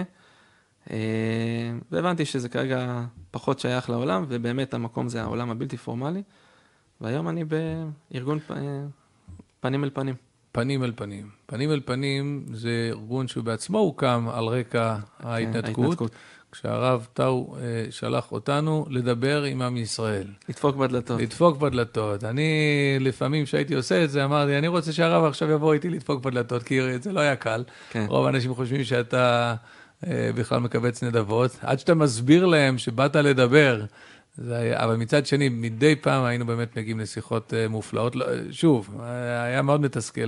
[SPEAKER 2] והבנתי שזה כרגע פחות שייך לעולם, ובאמת המקום זה העולם הבלתי פורמלי, והיום אני בארגון פנים אל פנים.
[SPEAKER 1] פנים אל פנים. פנים אל פנים זה ארגון שהוא בעצמו הוקם על רקע ההתנתקות, כשהרב טאו שלח אותנו לדבר עם עם ישראל.
[SPEAKER 2] לדפוק בדלתות.
[SPEAKER 1] לדפוק בדלתות. אני לפעמים שהייתי עושה את זה, אמרתי, אני רוצה שהרב עכשיו יבוא איתי לדפוק בדלתות, כי זה לא היה קל. כן. רוב האנשים חושבים שאתה בכלל מקבץ נדבות, עד שאתה מסביר להם שבאת לדבר, זה היה, אבל מצד שני, מדי פעם היינו באמת מגיעים לשיחות מופלאות. שוב, היה מאוד מתסכל,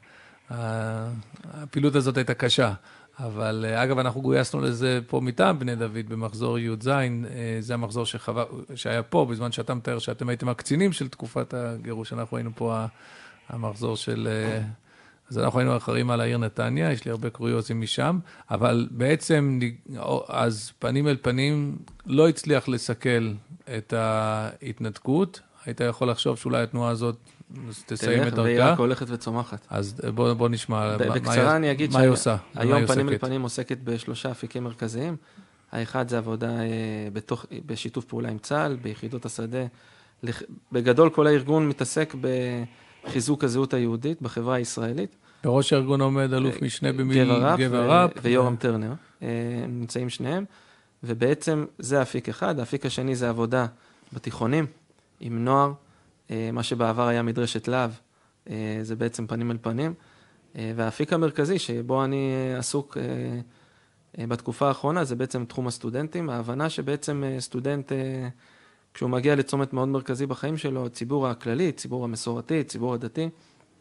[SPEAKER 1] הפעילות הזאת הייתה קשה. אבל אגב, אנחנו גויסנו לזה פה מטעם בני דוד במחזור י' ז', זה המחזור שחווה, שהיה פה, בזמן שאתה מתאר שאתם הייתם הקצינים של תקופת הגירוש, אנחנו היינו פה המחזור של... אז אנחנו היינו אחרים על העיר נתניה, יש לי הרבה קוריוזים משם, אבל בעצם, אז פנים אל פנים לא הצליח לסכל את ההתנתקות, היית יכול לחשוב שאולי התנועה הזאת תסיים את דרכה.
[SPEAKER 2] והיא רק הולכת וצומחת.
[SPEAKER 1] אז בוא, בוא נשמע
[SPEAKER 2] בקצרה אני אגיד
[SPEAKER 1] מה היא עושה.
[SPEAKER 2] היום פנים אל פנים עוסקת בשלושה אפיקים מרכזיים. האחד זה עבודה בתוך, בשיתוף פעולה עם צה"ל, ביחידות השדה. בגדול כל הארגון מתעסק בחיזוק הזהות היהודית בחברה הישראלית.
[SPEAKER 1] בראש הארגון עומד אלוף משנה במיל גבע רפ.
[SPEAKER 2] ויורם טרנר. נמצאים שניהם. ובעצם זה אפיק אחד. האפיק השני זה עבודה בתיכונים עם נוער. מה שבעבר היה מדרשת להב, זה בעצם פנים אל פנים. והאפיק המרכזי שבו אני עסוק בתקופה האחרונה, זה בעצם תחום הסטודנטים. ההבנה שבעצם סטודנט, כשהוא מגיע לצומת מאוד מרכזי בחיים שלו, ציבור הכללי, ציבור המסורתי, ציבור הדתי,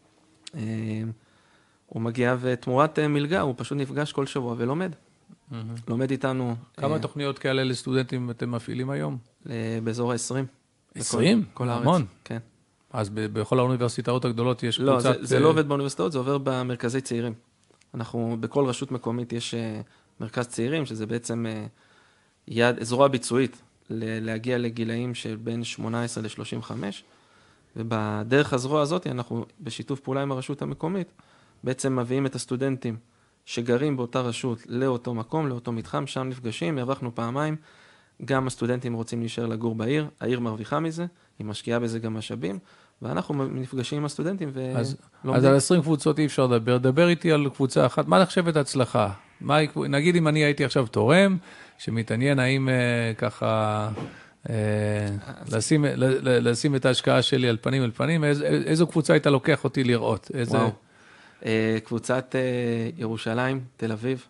[SPEAKER 2] הוא מגיע ותמורת מלגה, הוא פשוט נפגש כל שבוע ולומד. לומד איתנו.
[SPEAKER 1] כמה תוכניות כאלה לסטודנטים אתם מפעילים היום?
[SPEAKER 2] באזור ה-עשרים.
[SPEAKER 1] עשרים?
[SPEAKER 2] כל הארץ.
[SPEAKER 1] המון.
[SPEAKER 2] כן.
[SPEAKER 1] אז בכל האוניברסיטאות הגדולות יש
[SPEAKER 2] לא,
[SPEAKER 1] קבוצת...
[SPEAKER 2] לא, זה, זה לא עובד באוניברסיטאות, זה עובר במרכזי צעירים. אנחנו, בכל רשות מקומית יש מרכז צעירים, שזה בעצם יד, זרוע ביצועית, להגיע לגילאים של בין שמונה עשרה ל-שלושים וחמש, ובדרך הזרוע הזאת אנחנו בשיתוף פעולה עם הרשות המקומית, בעצם מביאים את הסטודנטים שגרים באותה רשות לאותו מקום, לאותו מתחם, שם נפגשים, הרווחנו פעמיים, גם הסטודנטים רוצים להישאר לגור בעיר, העיר מרוויחה מזה, היא משקיעה בזה גם משאבים, ואנחנו נפגשים עם הסטודנטים ולומדים.
[SPEAKER 1] אז, אז על עשרים קבוצות אי אפשר לדבר, דבר איתי על קבוצה אחת, מה נחשבת הצלחה? מה, נגיד אם אני הייתי עכשיו תורם, שמתעניין האם אה, ככה, אה, לשים, ל, לשים את ההשקעה שלי על פנים אל פנים, איז, איזו קבוצה היית לוקח אותי לראות? איזה...
[SPEAKER 2] וואו, אה, קבוצת אה, ירושלים, תל אביב.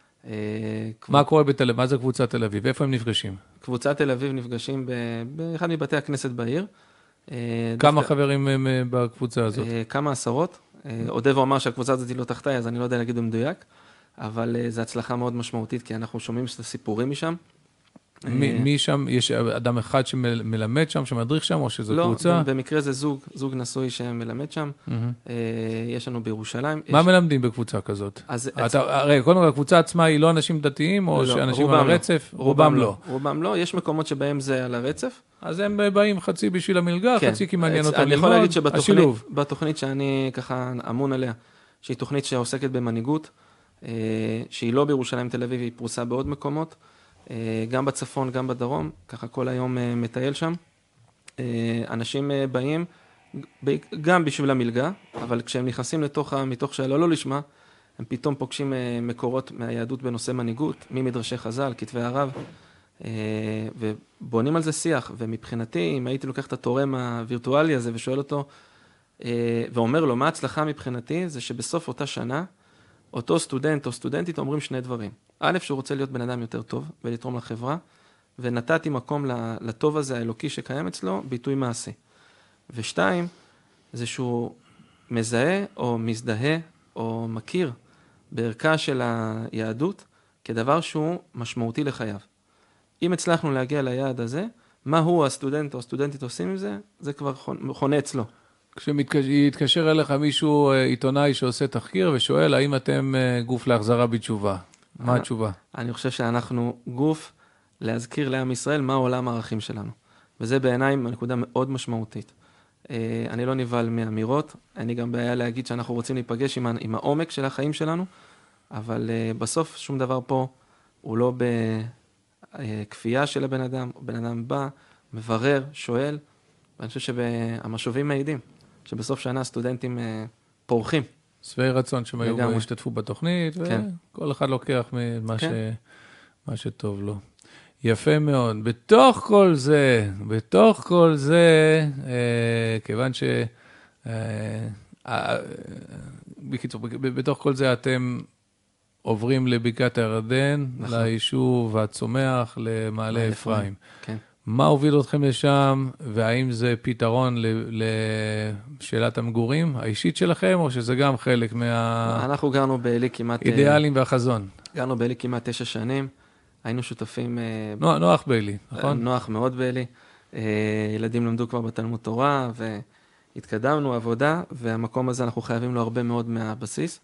[SPEAKER 1] מה קורה בתל אביב? מה זה קבוצת תל אביב? איפה הם נפגשים?
[SPEAKER 2] קבוצת תל אביב נפגשים באחד מבתי הכנסת בעיר.
[SPEAKER 1] כמה חברים הם בקבוצה הזאת?
[SPEAKER 2] כמה עשרות. עודד הוא אמר שהקבוצה הזאת היא לא תחתיי, אז אני לא יודע להגיד במדויק, אבל זו הצלחה מאוד משמעותית, כי אנחנו שומעים את הסיפורים משם.
[SPEAKER 1] מי שם? יש אדם אחד שמלמד שם, שמדריך שם, או שזו קבוצה?
[SPEAKER 2] לא, במקרה זה זוג, זוג נשוי שמלמד שם. יש לנו בירושלים.
[SPEAKER 1] מה מלמדים בקבוצה כזאת? הרי, קודם כל, הקבוצה עצמה היא לא אנשים דתיים, או שאנשים על הרצף?
[SPEAKER 2] רובם לא. רובם לא, יש מקומות שבהם זה על הרצף.
[SPEAKER 1] אז הם באים חצי בשביל המלגה, חצי כי מעניין אותם ללמוד,
[SPEAKER 2] אני יכול להגיד שבתוכנית שאני ככה אמון עליה, שהיא תוכנית שעוסקת במנהיגות, שהיא לא בירושלים תל אביב, היא פרוסה בעוד מקומות, גם בצפון, גם בדרום, ככה כל היום מטייל שם. אנשים באים גם בשביל המלגה, אבל כשהם נכנסים לתוך, מתוך שאלה לא לשמה, הם פתאום פוגשים מקורות מהיהדות בנושא מנהיגות, ממדרשי חז"ל, כתבי הרב, ובונים על זה שיח. ומבחינתי, אם הייתי לוקח את התורם הווירטואלי הזה ושואל אותו, ואומר לו, מה ההצלחה מבחינתי? זה שבסוף אותה שנה, אותו סטודנט או סטודנטית אומרים שני דברים. א', שהוא רוצה להיות בן אדם יותר טוב ולתרום לחברה, ונתתי מקום לטוב הזה האלוקי שקיים אצלו, ביטוי מעשי. ושתיים, זה שהוא מזהה או מזדהה או מכיר בערכה של היהדות כדבר שהוא משמעותי לחייו. אם הצלחנו להגיע ליעד הזה, מה הוא הסטודנט או הסטודנטית עושים עם זה, זה כבר חונה אצלו.
[SPEAKER 1] כשיתקשר אליך מישהו עיתונאי שעושה תחקיר ושואל, האם אתם גוף להחזרה בתשובה? מה התשובה?
[SPEAKER 2] אני חושב שאנחנו גוף להזכיר לעם ישראל מה עולם הערכים שלנו. וזה בעיניי נקודה מאוד משמעותית. אני לא נבהל מאמירות, אני גם בעיה להגיד שאנחנו רוצים להיפגש עם, עם העומק של החיים שלנו, אבל בסוף שום דבר פה הוא לא בכפייה של הבן אדם, בן אדם בא, מברר, שואל, ואני חושב שהמשובים מעידים, שבסוף שנה הסטודנטים פורחים.
[SPEAKER 1] שבעי רצון שהם היו השתתפו בתוכנית, כן. וכל אחד לוקח מה, כן. ש... מה שטוב לו. יפה מאוד. בתוך כל זה, בתוך כל זה, אה, כיוון ש... אה, אה, בקיצור, בתוך כל זה אתם עוברים לבקעת הירדן, נכון. ליישוב הצומח, למעלה אפרים.
[SPEAKER 2] כן.
[SPEAKER 1] מה הוביל אתכם לשם, והאם זה פתרון לשאלת המגורים האישית שלכם, או שזה גם חלק מה...
[SPEAKER 2] אנחנו גרנו באלי כמעט...
[SPEAKER 1] אידיאלים והחזון.
[SPEAKER 2] גרנו באלי כמעט תשע שנים, היינו שותפים...
[SPEAKER 1] נוח, נוח באלי, נכון?
[SPEAKER 2] נוח מאוד באלי. ילדים למדו כבר בתלמוד תורה, והתקדמנו עבודה, והמקום הזה אנחנו חייבים לו הרבה מאוד מהבסיס.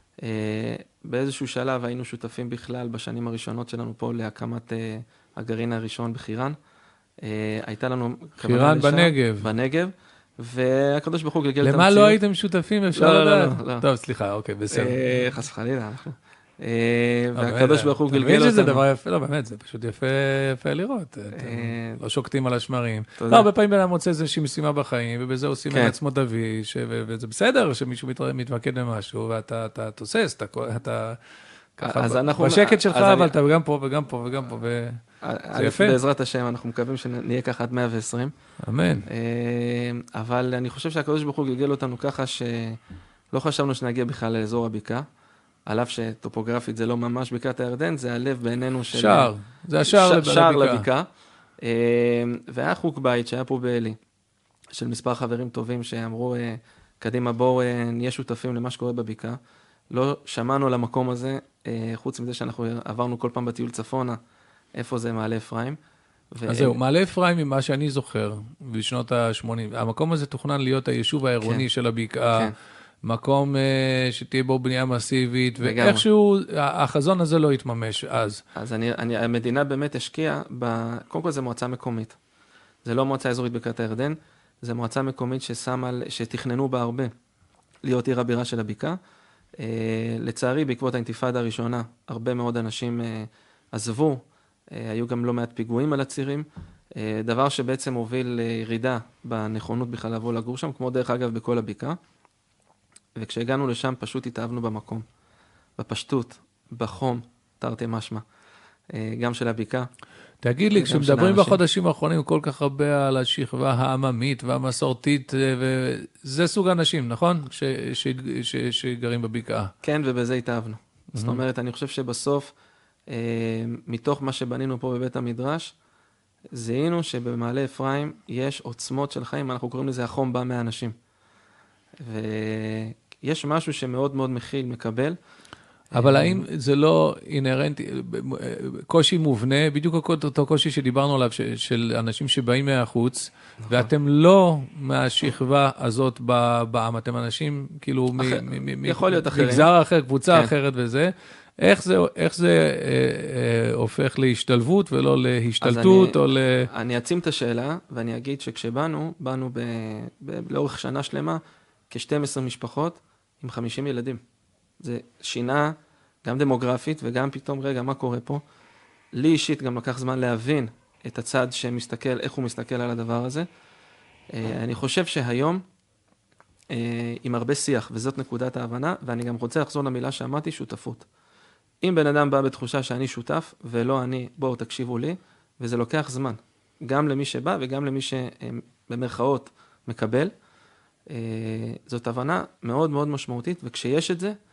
[SPEAKER 2] באיזשהו שלב היינו שותפים בכלל בשנים הראשונות שלנו פה להקמת הגרעין הראשון בחירן. הייתה לנו...
[SPEAKER 1] חירן בנגב.
[SPEAKER 2] בנגב, והקדוש ברוך הוא גלגל את המציאות.
[SPEAKER 1] למה לא הייתם שותפים? אפשר לדעת? טוב, סליחה, אוקיי, בסדר.
[SPEAKER 2] חס וחלילה, אנחנו... והקדוש ברוך הוא גלגל אותנו.
[SPEAKER 1] אתה מבין שזה דבר יפה? לא, באמת, זה פשוט יפה לראות. לא שוקטים על השמרים. לא, הרבה פעמים בן אדם מוצא איזושהי משימה בחיים, ובזה עושים את עצמו דוויש, וזה בסדר שמישהו מתמקד במשהו, ואתה תוסס, אתה ככה בשקט שלך, אבל אתה גם פה וגם פה וגם פה, זה יפה.
[SPEAKER 2] בעזרת השם, אנחנו מקווים שנהיה ככה עד מאה ועשרים.
[SPEAKER 1] אמן.
[SPEAKER 2] אבל אני חושב שהקדוש ברוך הוא גלגל אותנו ככה, שלא חשבנו שנגיע בכלל לאזור הבקעה. על אף שטופוגרפית זה לא ממש בקעת הירדן, זה הלב בעינינו של...
[SPEAKER 1] שער, זה השער
[SPEAKER 2] ש... שער לבקעה. והיה חוק בית שהיה פה באלי, של מספר חברים טובים שאמרו, קדימה בואו נהיה שותפים למה שקורה בבקעה. לא שמענו למקום הזה, חוץ מזה שאנחנו עברנו כל פעם בטיול צפונה, איפה זה מעלה אפרים.
[SPEAKER 1] ו... אז זהו, מעלה אפרים ממה שאני זוכר, בשנות ה-שמונים. המקום הזה תוכנן להיות היישוב העירוני כן. של הבקעה. כן. מקום uh, שתהיה בו בנייה מסיבית, ואיכשהו החזון הזה לא יתממש אז.
[SPEAKER 2] אז אני, אני, המדינה באמת השקיעה, ב... קודם כל זה מועצה מקומית. זה לא מועצה אזורית בקעת הירדן, זה מועצה מקומית ששמה, שתכננו בה הרבה להיות עיר הבירה של הבקעה. Uh, לצערי, בעקבות האינתיפאדה הראשונה, הרבה מאוד אנשים uh, עזבו, uh, היו גם לא מעט פיגועים על הצירים, uh, דבר שבעצם הוביל לירידה בנכונות בכלל לבוא לגור שם, כמו דרך אגב בכל הבקעה. וכשהגענו לשם פשוט התאהבנו במקום, בפשטות, בחום, תרתי משמע, גם של הבקעה.
[SPEAKER 1] תגיד לי, כשמדברים בחודשים האחרונים כל כך הרבה על השכבה העממית והמסורתית, וזה סוג האנשים, נכון? ש, ש, ש, שגרים בבקעה.
[SPEAKER 2] כן, ובזה התאהבנו. Mm-hmm. זאת אומרת, אני חושב שבסוף, מתוך מה שבנינו פה בבית המדרש, זיהינו שבמעלה אפרים יש עוצמות של חיים, אנחנו קוראים לזה החום בא מהאנשים. ויש משהו שמאוד מאוד מכיל, מקבל.
[SPEAKER 1] אבל האם זה לא אינרנטי, קושי מובנה, בדיוק אותו קושי שדיברנו עליו, של אנשים שבאים מהחוץ, ואתם לא מהשכבה הזאת בעם, אתם אנשים כאילו מגזר אחר, קבוצה אחרת וזה, איך זה, איך זה אה, אה, הופך להשתלבות ולא להשתלטות
[SPEAKER 2] אני,
[SPEAKER 1] או ל...
[SPEAKER 2] אני אעצים את השאלה, ואני אגיד שכשבאנו, באנו ב, ב, לאורך שנה שלמה, כ-שתים עשרה משפחות עם חמישים ילדים. זה שינה גם דמוגרפית וגם פתאום, רגע, מה קורה פה? לי אישית גם לקח זמן להבין את הצד שמסתכל, איך הוא מסתכל על הדבר הזה. אני חושב שהיום, עם הרבה שיח, וזאת נקודת ההבנה, ואני גם רוצה לחזור למילה שאמרתי, שותפות. אם בן אדם בא בתחושה שאני שותף, ולא אני, בואו תקשיבו לי, וזה לוקח זמן. גם למי שבא וגם למי שבמרכאות מקבל. זאת הבנה מאוד מאוד משמעותית, וכשיש את זה,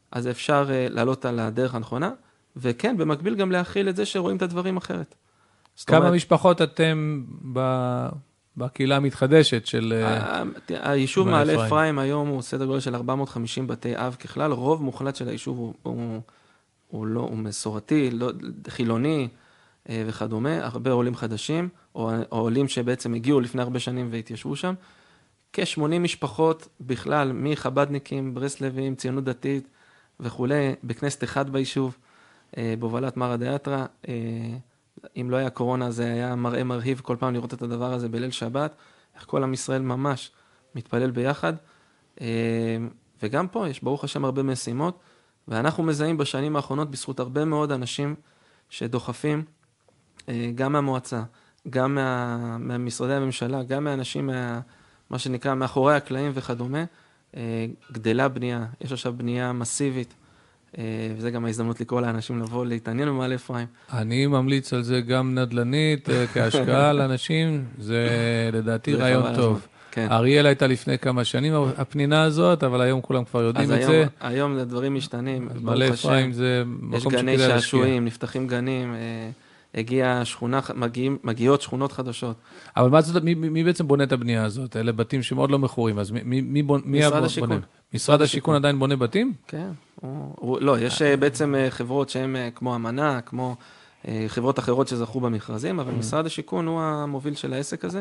[SPEAKER 2] אז אפשר uh, לעלות על הדרך הנכונה, וכן, במקביל גם להכיל את זה שרואים את הדברים אחרת.
[SPEAKER 1] כמה אומרת, משפחות אתם ב... בקהילה המתחדשת של...
[SPEAKER 2] היישוב מעלה אפרים היום הוא סדר גודל של ארבע מאות וחמישים בתי אב ככלל, רוב מוחלט של היישוב הוא, הוא, הוא, לא, הוא מסורתי, לא, חילוני וכדומה, הרבה עולים חדשים, או, או עולים שבעצם הגיעו לפני הרבה שנים והתיישבו שם, כ-שמונים משפחות בכלל, מחבדניקים, ברסלבים, ציונות דתית וכולי, בכנסת אחד ביישוב, בהובלת מרא דאתרא, אם לא היה קורונה, זה היה מראה מרהיב כל פעם לראות את הדבר הזה בליל שבת, איך כל עם ישראל ממש מתפלל ביחד. וגם פה יש ברוך השם הרבה משימות, ואנחנו מזהים בשנים האחרונות בזכות הרבה מאוד אנשים שדוחפים, גם מהמועצה, גם מה, מהמשרדי הממשלה, גם מהאנשים, מה, מה שנקרא מאחורי הקלעים וכדומה, גדלה בנייה, יש עכשיו בנייה מסיבית, וזה גם ההזדמנות לקרוא לאנשים לבוא להתעניין במעלה אפרים.
[SPEAKER 1] אני ממליץ על זה גם נדל"נית, כהשקעה לאנשים, זה לדעתי רעיון טוב. אריאל הייתה לפני כמה שנים הפנינה הזאת, אבל היום כולם כבר יודעים את זה.
[SPEAKER 2] היום הדברים משתנים.
[SPEAKER 1] מעלה אפרים זה מקום שכדאי להשקיע.
[SPEAKER 2] יש גני שעשועים, נפתחים גנים, הגיעה שכונה, מגיעות שכונות חדשות.
[SPEAKER 1] אבל מה זאת, מי בעצם בונה את הבנייה הזאת? אלה בתים שמאוד לא מכורים, אז מי בונה?
[SPEAKER 2] משרד השיכון.
[SPEAKER 1] משרד השיכון עדיין בונה בתים?
[SPEAKER 2] כן. לא, יש בעצם חברות שהן כמו אמנה, כמו חברות אחרות שזכו במכרזים, אבל משרד השיכון הוא המוביל של העסק הזה.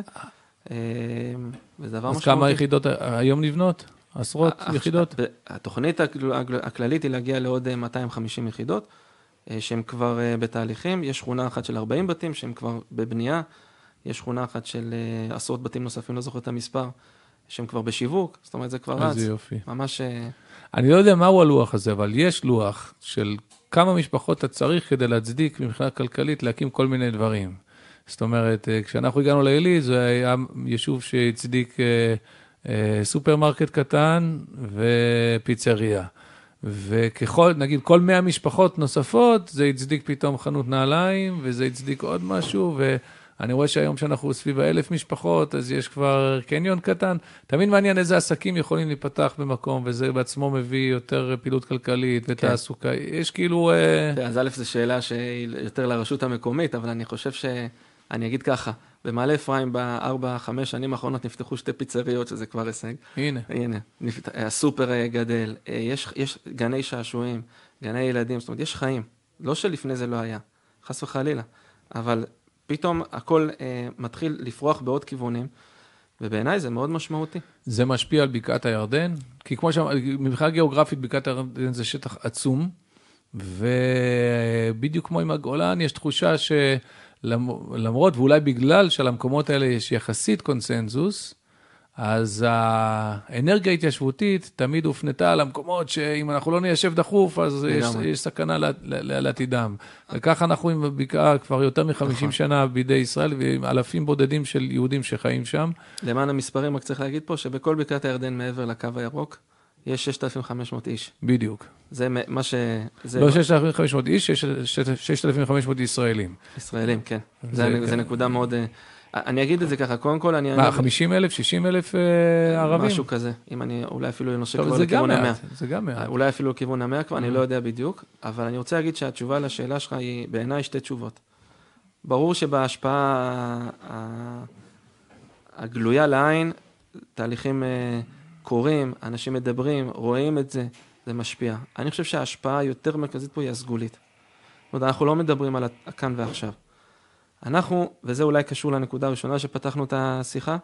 [SPEAKER 1] אז כמה יחידות היום נבנות? עשרות יחידות?
[SPEAKER 2] התוכנית הכללית היא להגיע לעוד מאתיים וחמישים יחידות, שהן כבר בתהליכים. יש שכונה אחת של ארבעים בתים שהן כבר בבנייה, יש שכונה אחת של עשרות בתים נוספים, לא זוכר את המספר, שהן כבר בשיווק, זאת אומרת זה כבר רץ.
[SPEAKER 1] איזה יופי.
[SPEAKER 2] ממש...
[SPEAKER 1] אני לא יודע מהו הלוח הזה, אבל יש לוח של כמה משפחות אתה צריך כדי להצדיק מבחינה כלכלית להקים כל מיני דברים. זאת אומרת, כשאנחנו הגענו לעלי, זה היה יישוב שהצדיק סופרמרקט קטן ופיצריה. וככל, נגיד, כל מאה משפחות נוספות, זה הצדיק פתאום חנות נעליים, וזה הצדיק עוד משהו, ואני רואה שהיום שאנחנו סביב האלף משפחות, אז יש כבר קניון קטן. תמיד מעניין איזה עסקים יכולים להיפתח במקום, וזה בעצמו מביא יותר פעילות כלכלית ותעסוקה. יש כאילו...
[SPEAKER 2] אז א', זו שאלה שהיא יותר לרשות המקומית, אבל אני חושב ש... אני אגיד ככה, במעלה אפרים בארבע, חמש שנים האחרונות נפתחו שתי פיצריות, שזה כבר הישג.
[SPEAKER 1] הנה.
[SPEAKER 2] הנה, הסופר גדל, יש, יש גני שעשועים, גני ילדים, זאת אומרת, יש חיים. לא שלפני זה לא היה, חס וחלילה. אבל פתאום הכל אה, מתחיל לפרוח בעוד כיוונים, ובעיניי זה מאוד משמעותי.
[SPEAKER 1] זה משפיע על בקעת הירדן? כי כמו שאמרתי, מבחינה גיאוגרפית, בקעת הירדן זה שטח עצום, ובדיוק כמו עם הגולן, יש תחושה ש... למרות, ואולי בגלל שעל המקומות האלה יש יחסית קונסנזוס, אז האנרגיה ההתיישבותית תמיד הופנתה על המקומות שאם אנחנו לא ניישב דחוף, אז יש, יש סכנה לעתידם. וככה אנחנו עם הבקעה כבר יותר מ-חמישים שנה בידי ישראל, ועם אלפים בודדים של יהודים שחיים שם.
[SPEAKER 2] למען המספרים, רק צריך להגיד פה, שבכל בקעת הירדן מעבר לקו הירוק, יש שישת אלפים וחמש מאות איש.
[SPEAKER 1] בדיוק.
[SPEAKER 2] זה מה ש...
[SPEAKER 1] לא שישת אלפים וחמש מאות איש, יש שישת אלפים וחמש מאות ישראלים.
[SPEAKER 2] ישראלים, כן. זה נקודה מאוד... אני אגיד את זה ככה, קודם כל אני...
[SPEAKER 1] מה, חמישים אלף, שישים אלף ערבים?
[SPEAKER 2] משהו כזה, אם אני אולי אפילו אנושק כבר לכיוון המאה.
[SPEAKER 1] זה גם מעט.
[SPEAKER 2] אולי אפילו לכיוון המאה כבר, אני לא יודע בדיוק, אבל אני רוצה להגיד שהתשובה לשאלה שלך היא בעיניי שתי תשובות. ברור שבהשפעה הגלויה לעין, תהליכים קורים, אנשים מדברים, רואים את זה, זה משפיע. אני חושב שההשפעה היותר מרכזית פה היא הסגולית. זאת אומרת, אנחנו לא מדברים על הכאן ועכשיו. אנחנו, וזה אולי קשור לנקודה הראשונה שפתחנו את השיחה,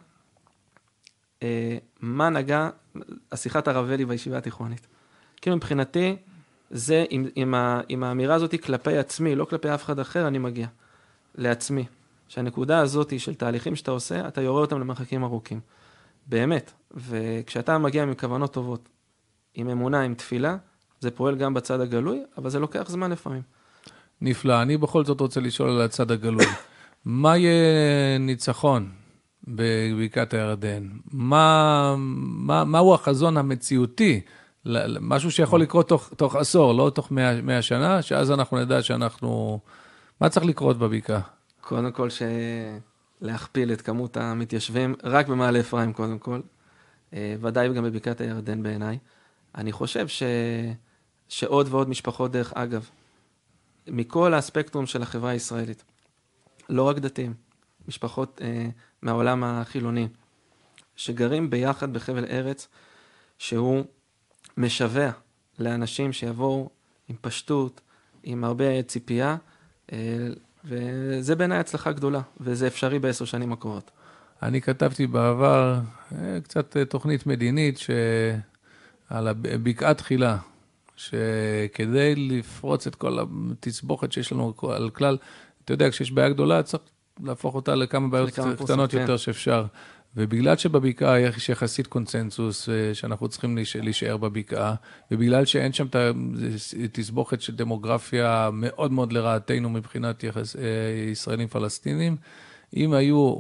[SPEAKER 2] מה נגע השיחת הרב אלי בישיבה התיכונית. כי מבחינתי, זה, עם, עם, ה, עם האמירה הזאת כלפי עצמי, לא כלפי אף אחד אחר, אני מגיע לעצמי. שהנקודה הזאת של תהליכים שאתה עושה, אתה יורה אותם למרחקים ארוכים. באמת. וכשאתה מגיע עם כוונות טובות, עם אמונה, עם תפילה, זה פועל גם בצד הגלוי, אבל זה לוקח זמן לפעמים.
[SPEAKER 1] נפלא. אני בכל זאת רוצה לשאול על הצד הגלוי. מה יהיה ניצחון בבקעת הירדן? מה, מה, מהו החזון המציאותי? משהו שיכול לקרות תוך, תוך עשור, לא תוך מאה, מאה שנה, שאז אנחנו נדע שאנחנו... מה צריך לקרות בבקעה?
[SPEAKER 2] קודם כל, להכפיל את כמות המתיישבים, רק במעלה אפרים קודם כל, ודאי גם בבקעת הירדן בעיניי. אני חושב ש... שעוד ועוד משפחות, דרך אגב, מכל הספקטרום של החברה הישראלית, לא רק דתיים, משפחות אה, מהעולם החילוני, שגרים ביחד בחבל ארץ, שהוא משווה לאנשים שיבואו עם פשטות, עם הרבה ציפייה, אה, וזה בעיניי הצלחה גדולה, וזה אפשרי בעשר שנים הקרובות.
[SPEAKER 1] אני כתבתי בעבר קצת תוכנית מדינית על בקעת תחילה, שכדי לפרוץ את כל התסבוכת שיש לנו על כלל, אתה יודע, כשיש בעיה גדולה, צריך להפוך אותה לכמה בעיות קטנות כן. יותר שאפשר. ובגלל שבבקעה יש יחסית קונצנזוס שאנחנו צריכים להישאר בבקעה, ובגלל שאין שם תסבוכת של דמוגרפיה מאוד מאוד לרעתנו מבחינת יחס, ישראלים פלסטינים, אם היו,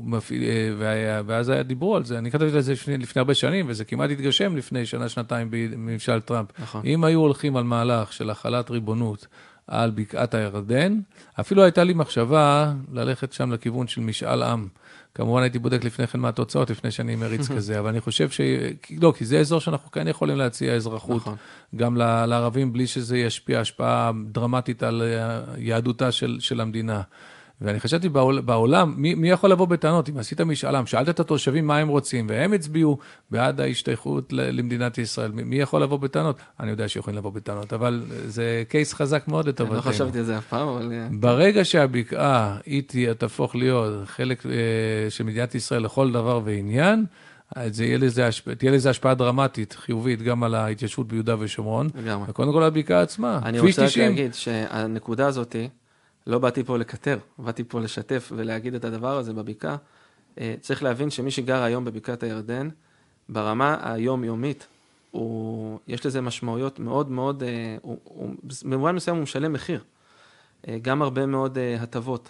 [SPEAKER 1] ואז היה דיברו על זה, אני כתבתי על זה לפני, לפני הרבה שנים, וזה כמעט התגשם לפני שנה, שנתיים בממשל טראמפ. נכון. אם היו הולכים על מהלך של החלת ריבונות על בקעת הירדן, אפילו הייתה לי מחשבה ללכת שם לכיוון של משאל עם. כמובן הייתי בודק לפני כן מה התוצאות, לפני שאני מריץ כזה, אבל אני חושב ש... לא, כי זה אזור שאנחנו כן יכולים להציע אזרחות, נכון. גם לערבים, בלי שזה ישפיע השפעה דרמטית על יהדותה של, של המדינה. ואני חשבתי בעולם, מי, מי יכול לבוא בטענות? אם עשית משאלם, שאלת את התושבים מה הם רוצים, והם הצביעו בעד ההשתייכות למדינת ישראל. מי יכול לבוא בטענות? אני יודע שיכולים לבוא בטענות, אבל זה קייס חזק מאוד לטובתנו.
[SPEAKER 2] לא חשבתי על זה אף פעם, אבל...
[SPEAKER 1] ברגע שהבקעה היא תהפוך להיות חלק של מדינת ישראל לכל דבר ועניין, תהיה לזה, תהיה לזה השפעה דרמטית, חיובית, גם על ההתיישבות ביהודה ושומרון. לגמרי. וקודם כל הבקעה עצמה.
[SPEAKER 2] אני רוצה להגיד שהנקודה הזאת לא באתי פה לקטר, באתי פה לשתף ולהגיד את הדבר הזה בבקעה. צריך להבין שמי שגר היום בבקעת הירדן, ברמה היומיומית, הוא, יש לזה משמעויות מאוד מאוד, הוא, הוא, במובן מסוים הוא משלם מחיר. גם הרבה מאוד הטבות,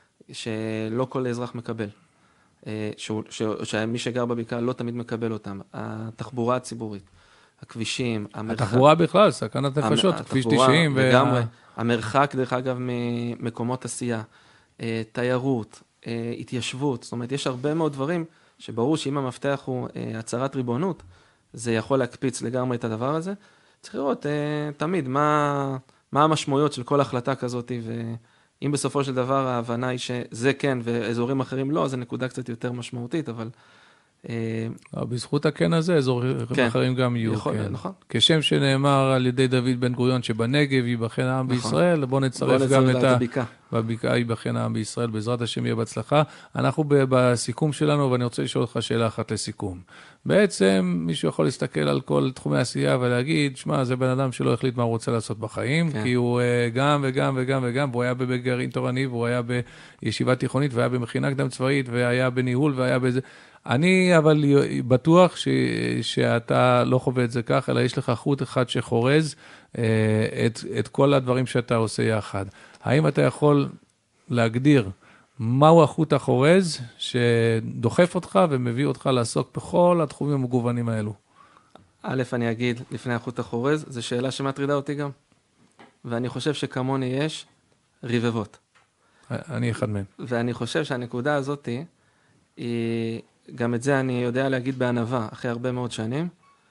[SPEAKER 2] שלא כל אזרח מקבל. שהוא, שמי שגר בבקעה לא תמיד מקבל אותם. התחבורה הציבורית, הכבישים, המרחק...
[SPEAKER 1] התחבורה בכלל, סכנת נפשות, כביש תשעים.
[SPEAKER 2] לגמרי. המרחק, דרך אגב, ממקומות עשייה, תיירות, התיישבות, זאת אומרת, יש הרבה מאוד דברים שברור שאם המפתח הוא הצהרת ריבונות, זה יכול להקפיץ לגמרי את הדבר הזה. צריך לראות תמיד מה, מה המשמעויות של כל החלטה כזאת, ואם בסופו של דבר ההבנה היא שזה כן ואזורים אחרים לא, אז זו נקודה קצת יותר משמעותית, אבל...
[SPEAKER 1] בזכות הכן הזה, אזורים אחרים גם יהיו. נכון. כשם שנאמר על ידי דוד בן גוריון שבנגב ייבחן העם בישראל, בוא נצרף גם את הבקעה. בבקעה ייבחן העם בישראל, בעזרת השם יהיה בהצלחה. אנחנו בסיכום שלנו, ואני רוצה לשאול אותך שאלה אחת לסיכום. בעצם מישהו יכול להסתכל על כל תחומי העשייה ולהגיד, שמע, זה בן אדם שלא החליט מה הוא רוצה לעשות בחיים, כי הוא גם וגם וגם וגם, והוא היה בגרעין תורני, והוא היה בישיבה תיכונית, והיה במכינה קדם צבאית, והיה בניהול, והיה בזה... אני אבל בטוח ש, שאתה לא חווה את זה כך, אלא יש לך חוט אחד שחורז אה, את, את כל הדברים שאתה עושה יחד. האם אתה יכול להגדיר מהו החוט החורז שדוחף אותך ומביא אותך לעסוק בכל התחומים המגוונים האלו?
[SPEAKER 2] א', אני אגיד לפני החוט החורז, זו שאלה שמטרידה אותי גם. ואני חושב שכמוני יש רבבות.
[SPEAKER 1] אני אחד מהם.
[SPEAKER 2] ואני חושב שהנקודה הזאת היא... גם את זה אני יודע להגיד בענווה, אחרי הרבה מאוד שנים,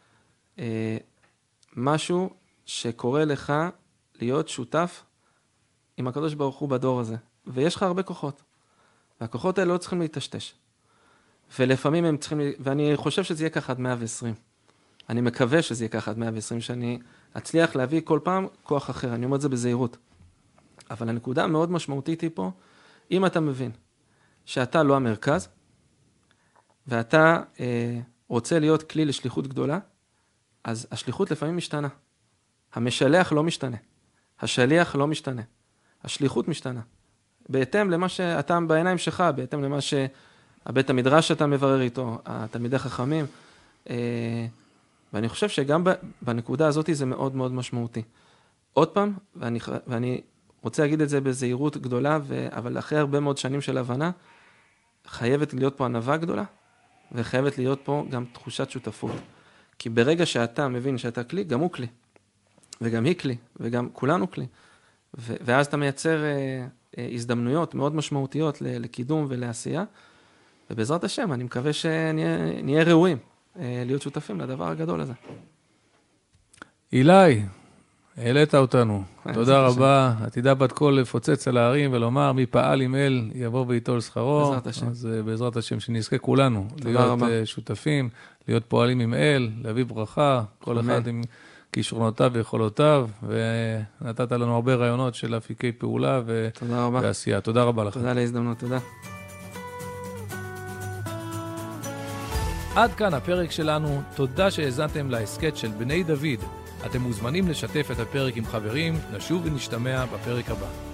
[SPEAKER 2] משהו שקורא לך להיות שותף עם הקדוש ברוך הוא בדור הזה. ויש לך הרבה כוחות. והכוחות האלה לא צריכים להתשתש. ולפעמים הם צריכים, ואני חושב שזה יהיה ככה עד מאה ועשרים. אני מקווה שזה יהיה ככה עד מאה ועשרים, שאני אצליח להביא כל פעם כוח אחר. אני אומר את זה בזהירות. אבל הנקודה המאוד משמעותית היא פה, אם אתה מבין שאתה לא המרכז, ואתה אה, רוצה להיות כלי לשליחות גדולה, אז השליחות לפעמים משתנה. המשלח לא משתנה. השליח לא משתנה. השליחות משתנה. בהתאם למה שאתה בעיניים שלך, בהתאם למה שהבית המדרש שאתה מברר איתו, התלמידי חכמים, אה, ואני חושב שגם בנקודה הזאת זה מאוד מאוד משמעותי. עוד פעם, ואני, ואני רוצה להגיד את זה בזהירות גדולה, ו, אבל אחרי הרבה מאוד שנים של הבנה, חייבת להיות פה ענווה גדולה, וחייבת להיות פה גם תחושת שותפות. כי ברגע שאתה מבין שאתה כלי, גם הוא כלי. וגם היא כלי, וגם כולנו כלי. ו- ואז אתה מייצר אה, אה, הזדמנויות מאוד משמעותיות ל- לקידום ולעשייה. ובעזרת השם, אני מקווה שנהיה ראויים אה, להיות שותפים לדבר הגדול הזה.
[SPEAKER 1] אילי, העלית אותנו. תודה רבה. עתידה בת קול לפוצץ על הערים ולומר, מי פעל עם אל יבוא ויטול שכרו.
[SPEAKER 2] בעזרת השם.
[SPEAKER 1] אז בעזרת השם שנזכה כולנו להיות שותפים, להיות פועלים עם אל, להביא ברכה, כל אחד עם כישרונותיו ויכולותיו, ונתת לנו הרבה רעיונות של אפיקי פעולה ועשייה. תודה רבה לך.
[SPEAKER 2] תודה להזדמנות, תודה.
[SPEAKER 1] עד כאן הפרק שלנו, תודה שהאזנתם להסכת של בני דוד. אתם מוזמנים לשתף את הפרק עם חברים, נשוב ונשתמע בפרק הבא.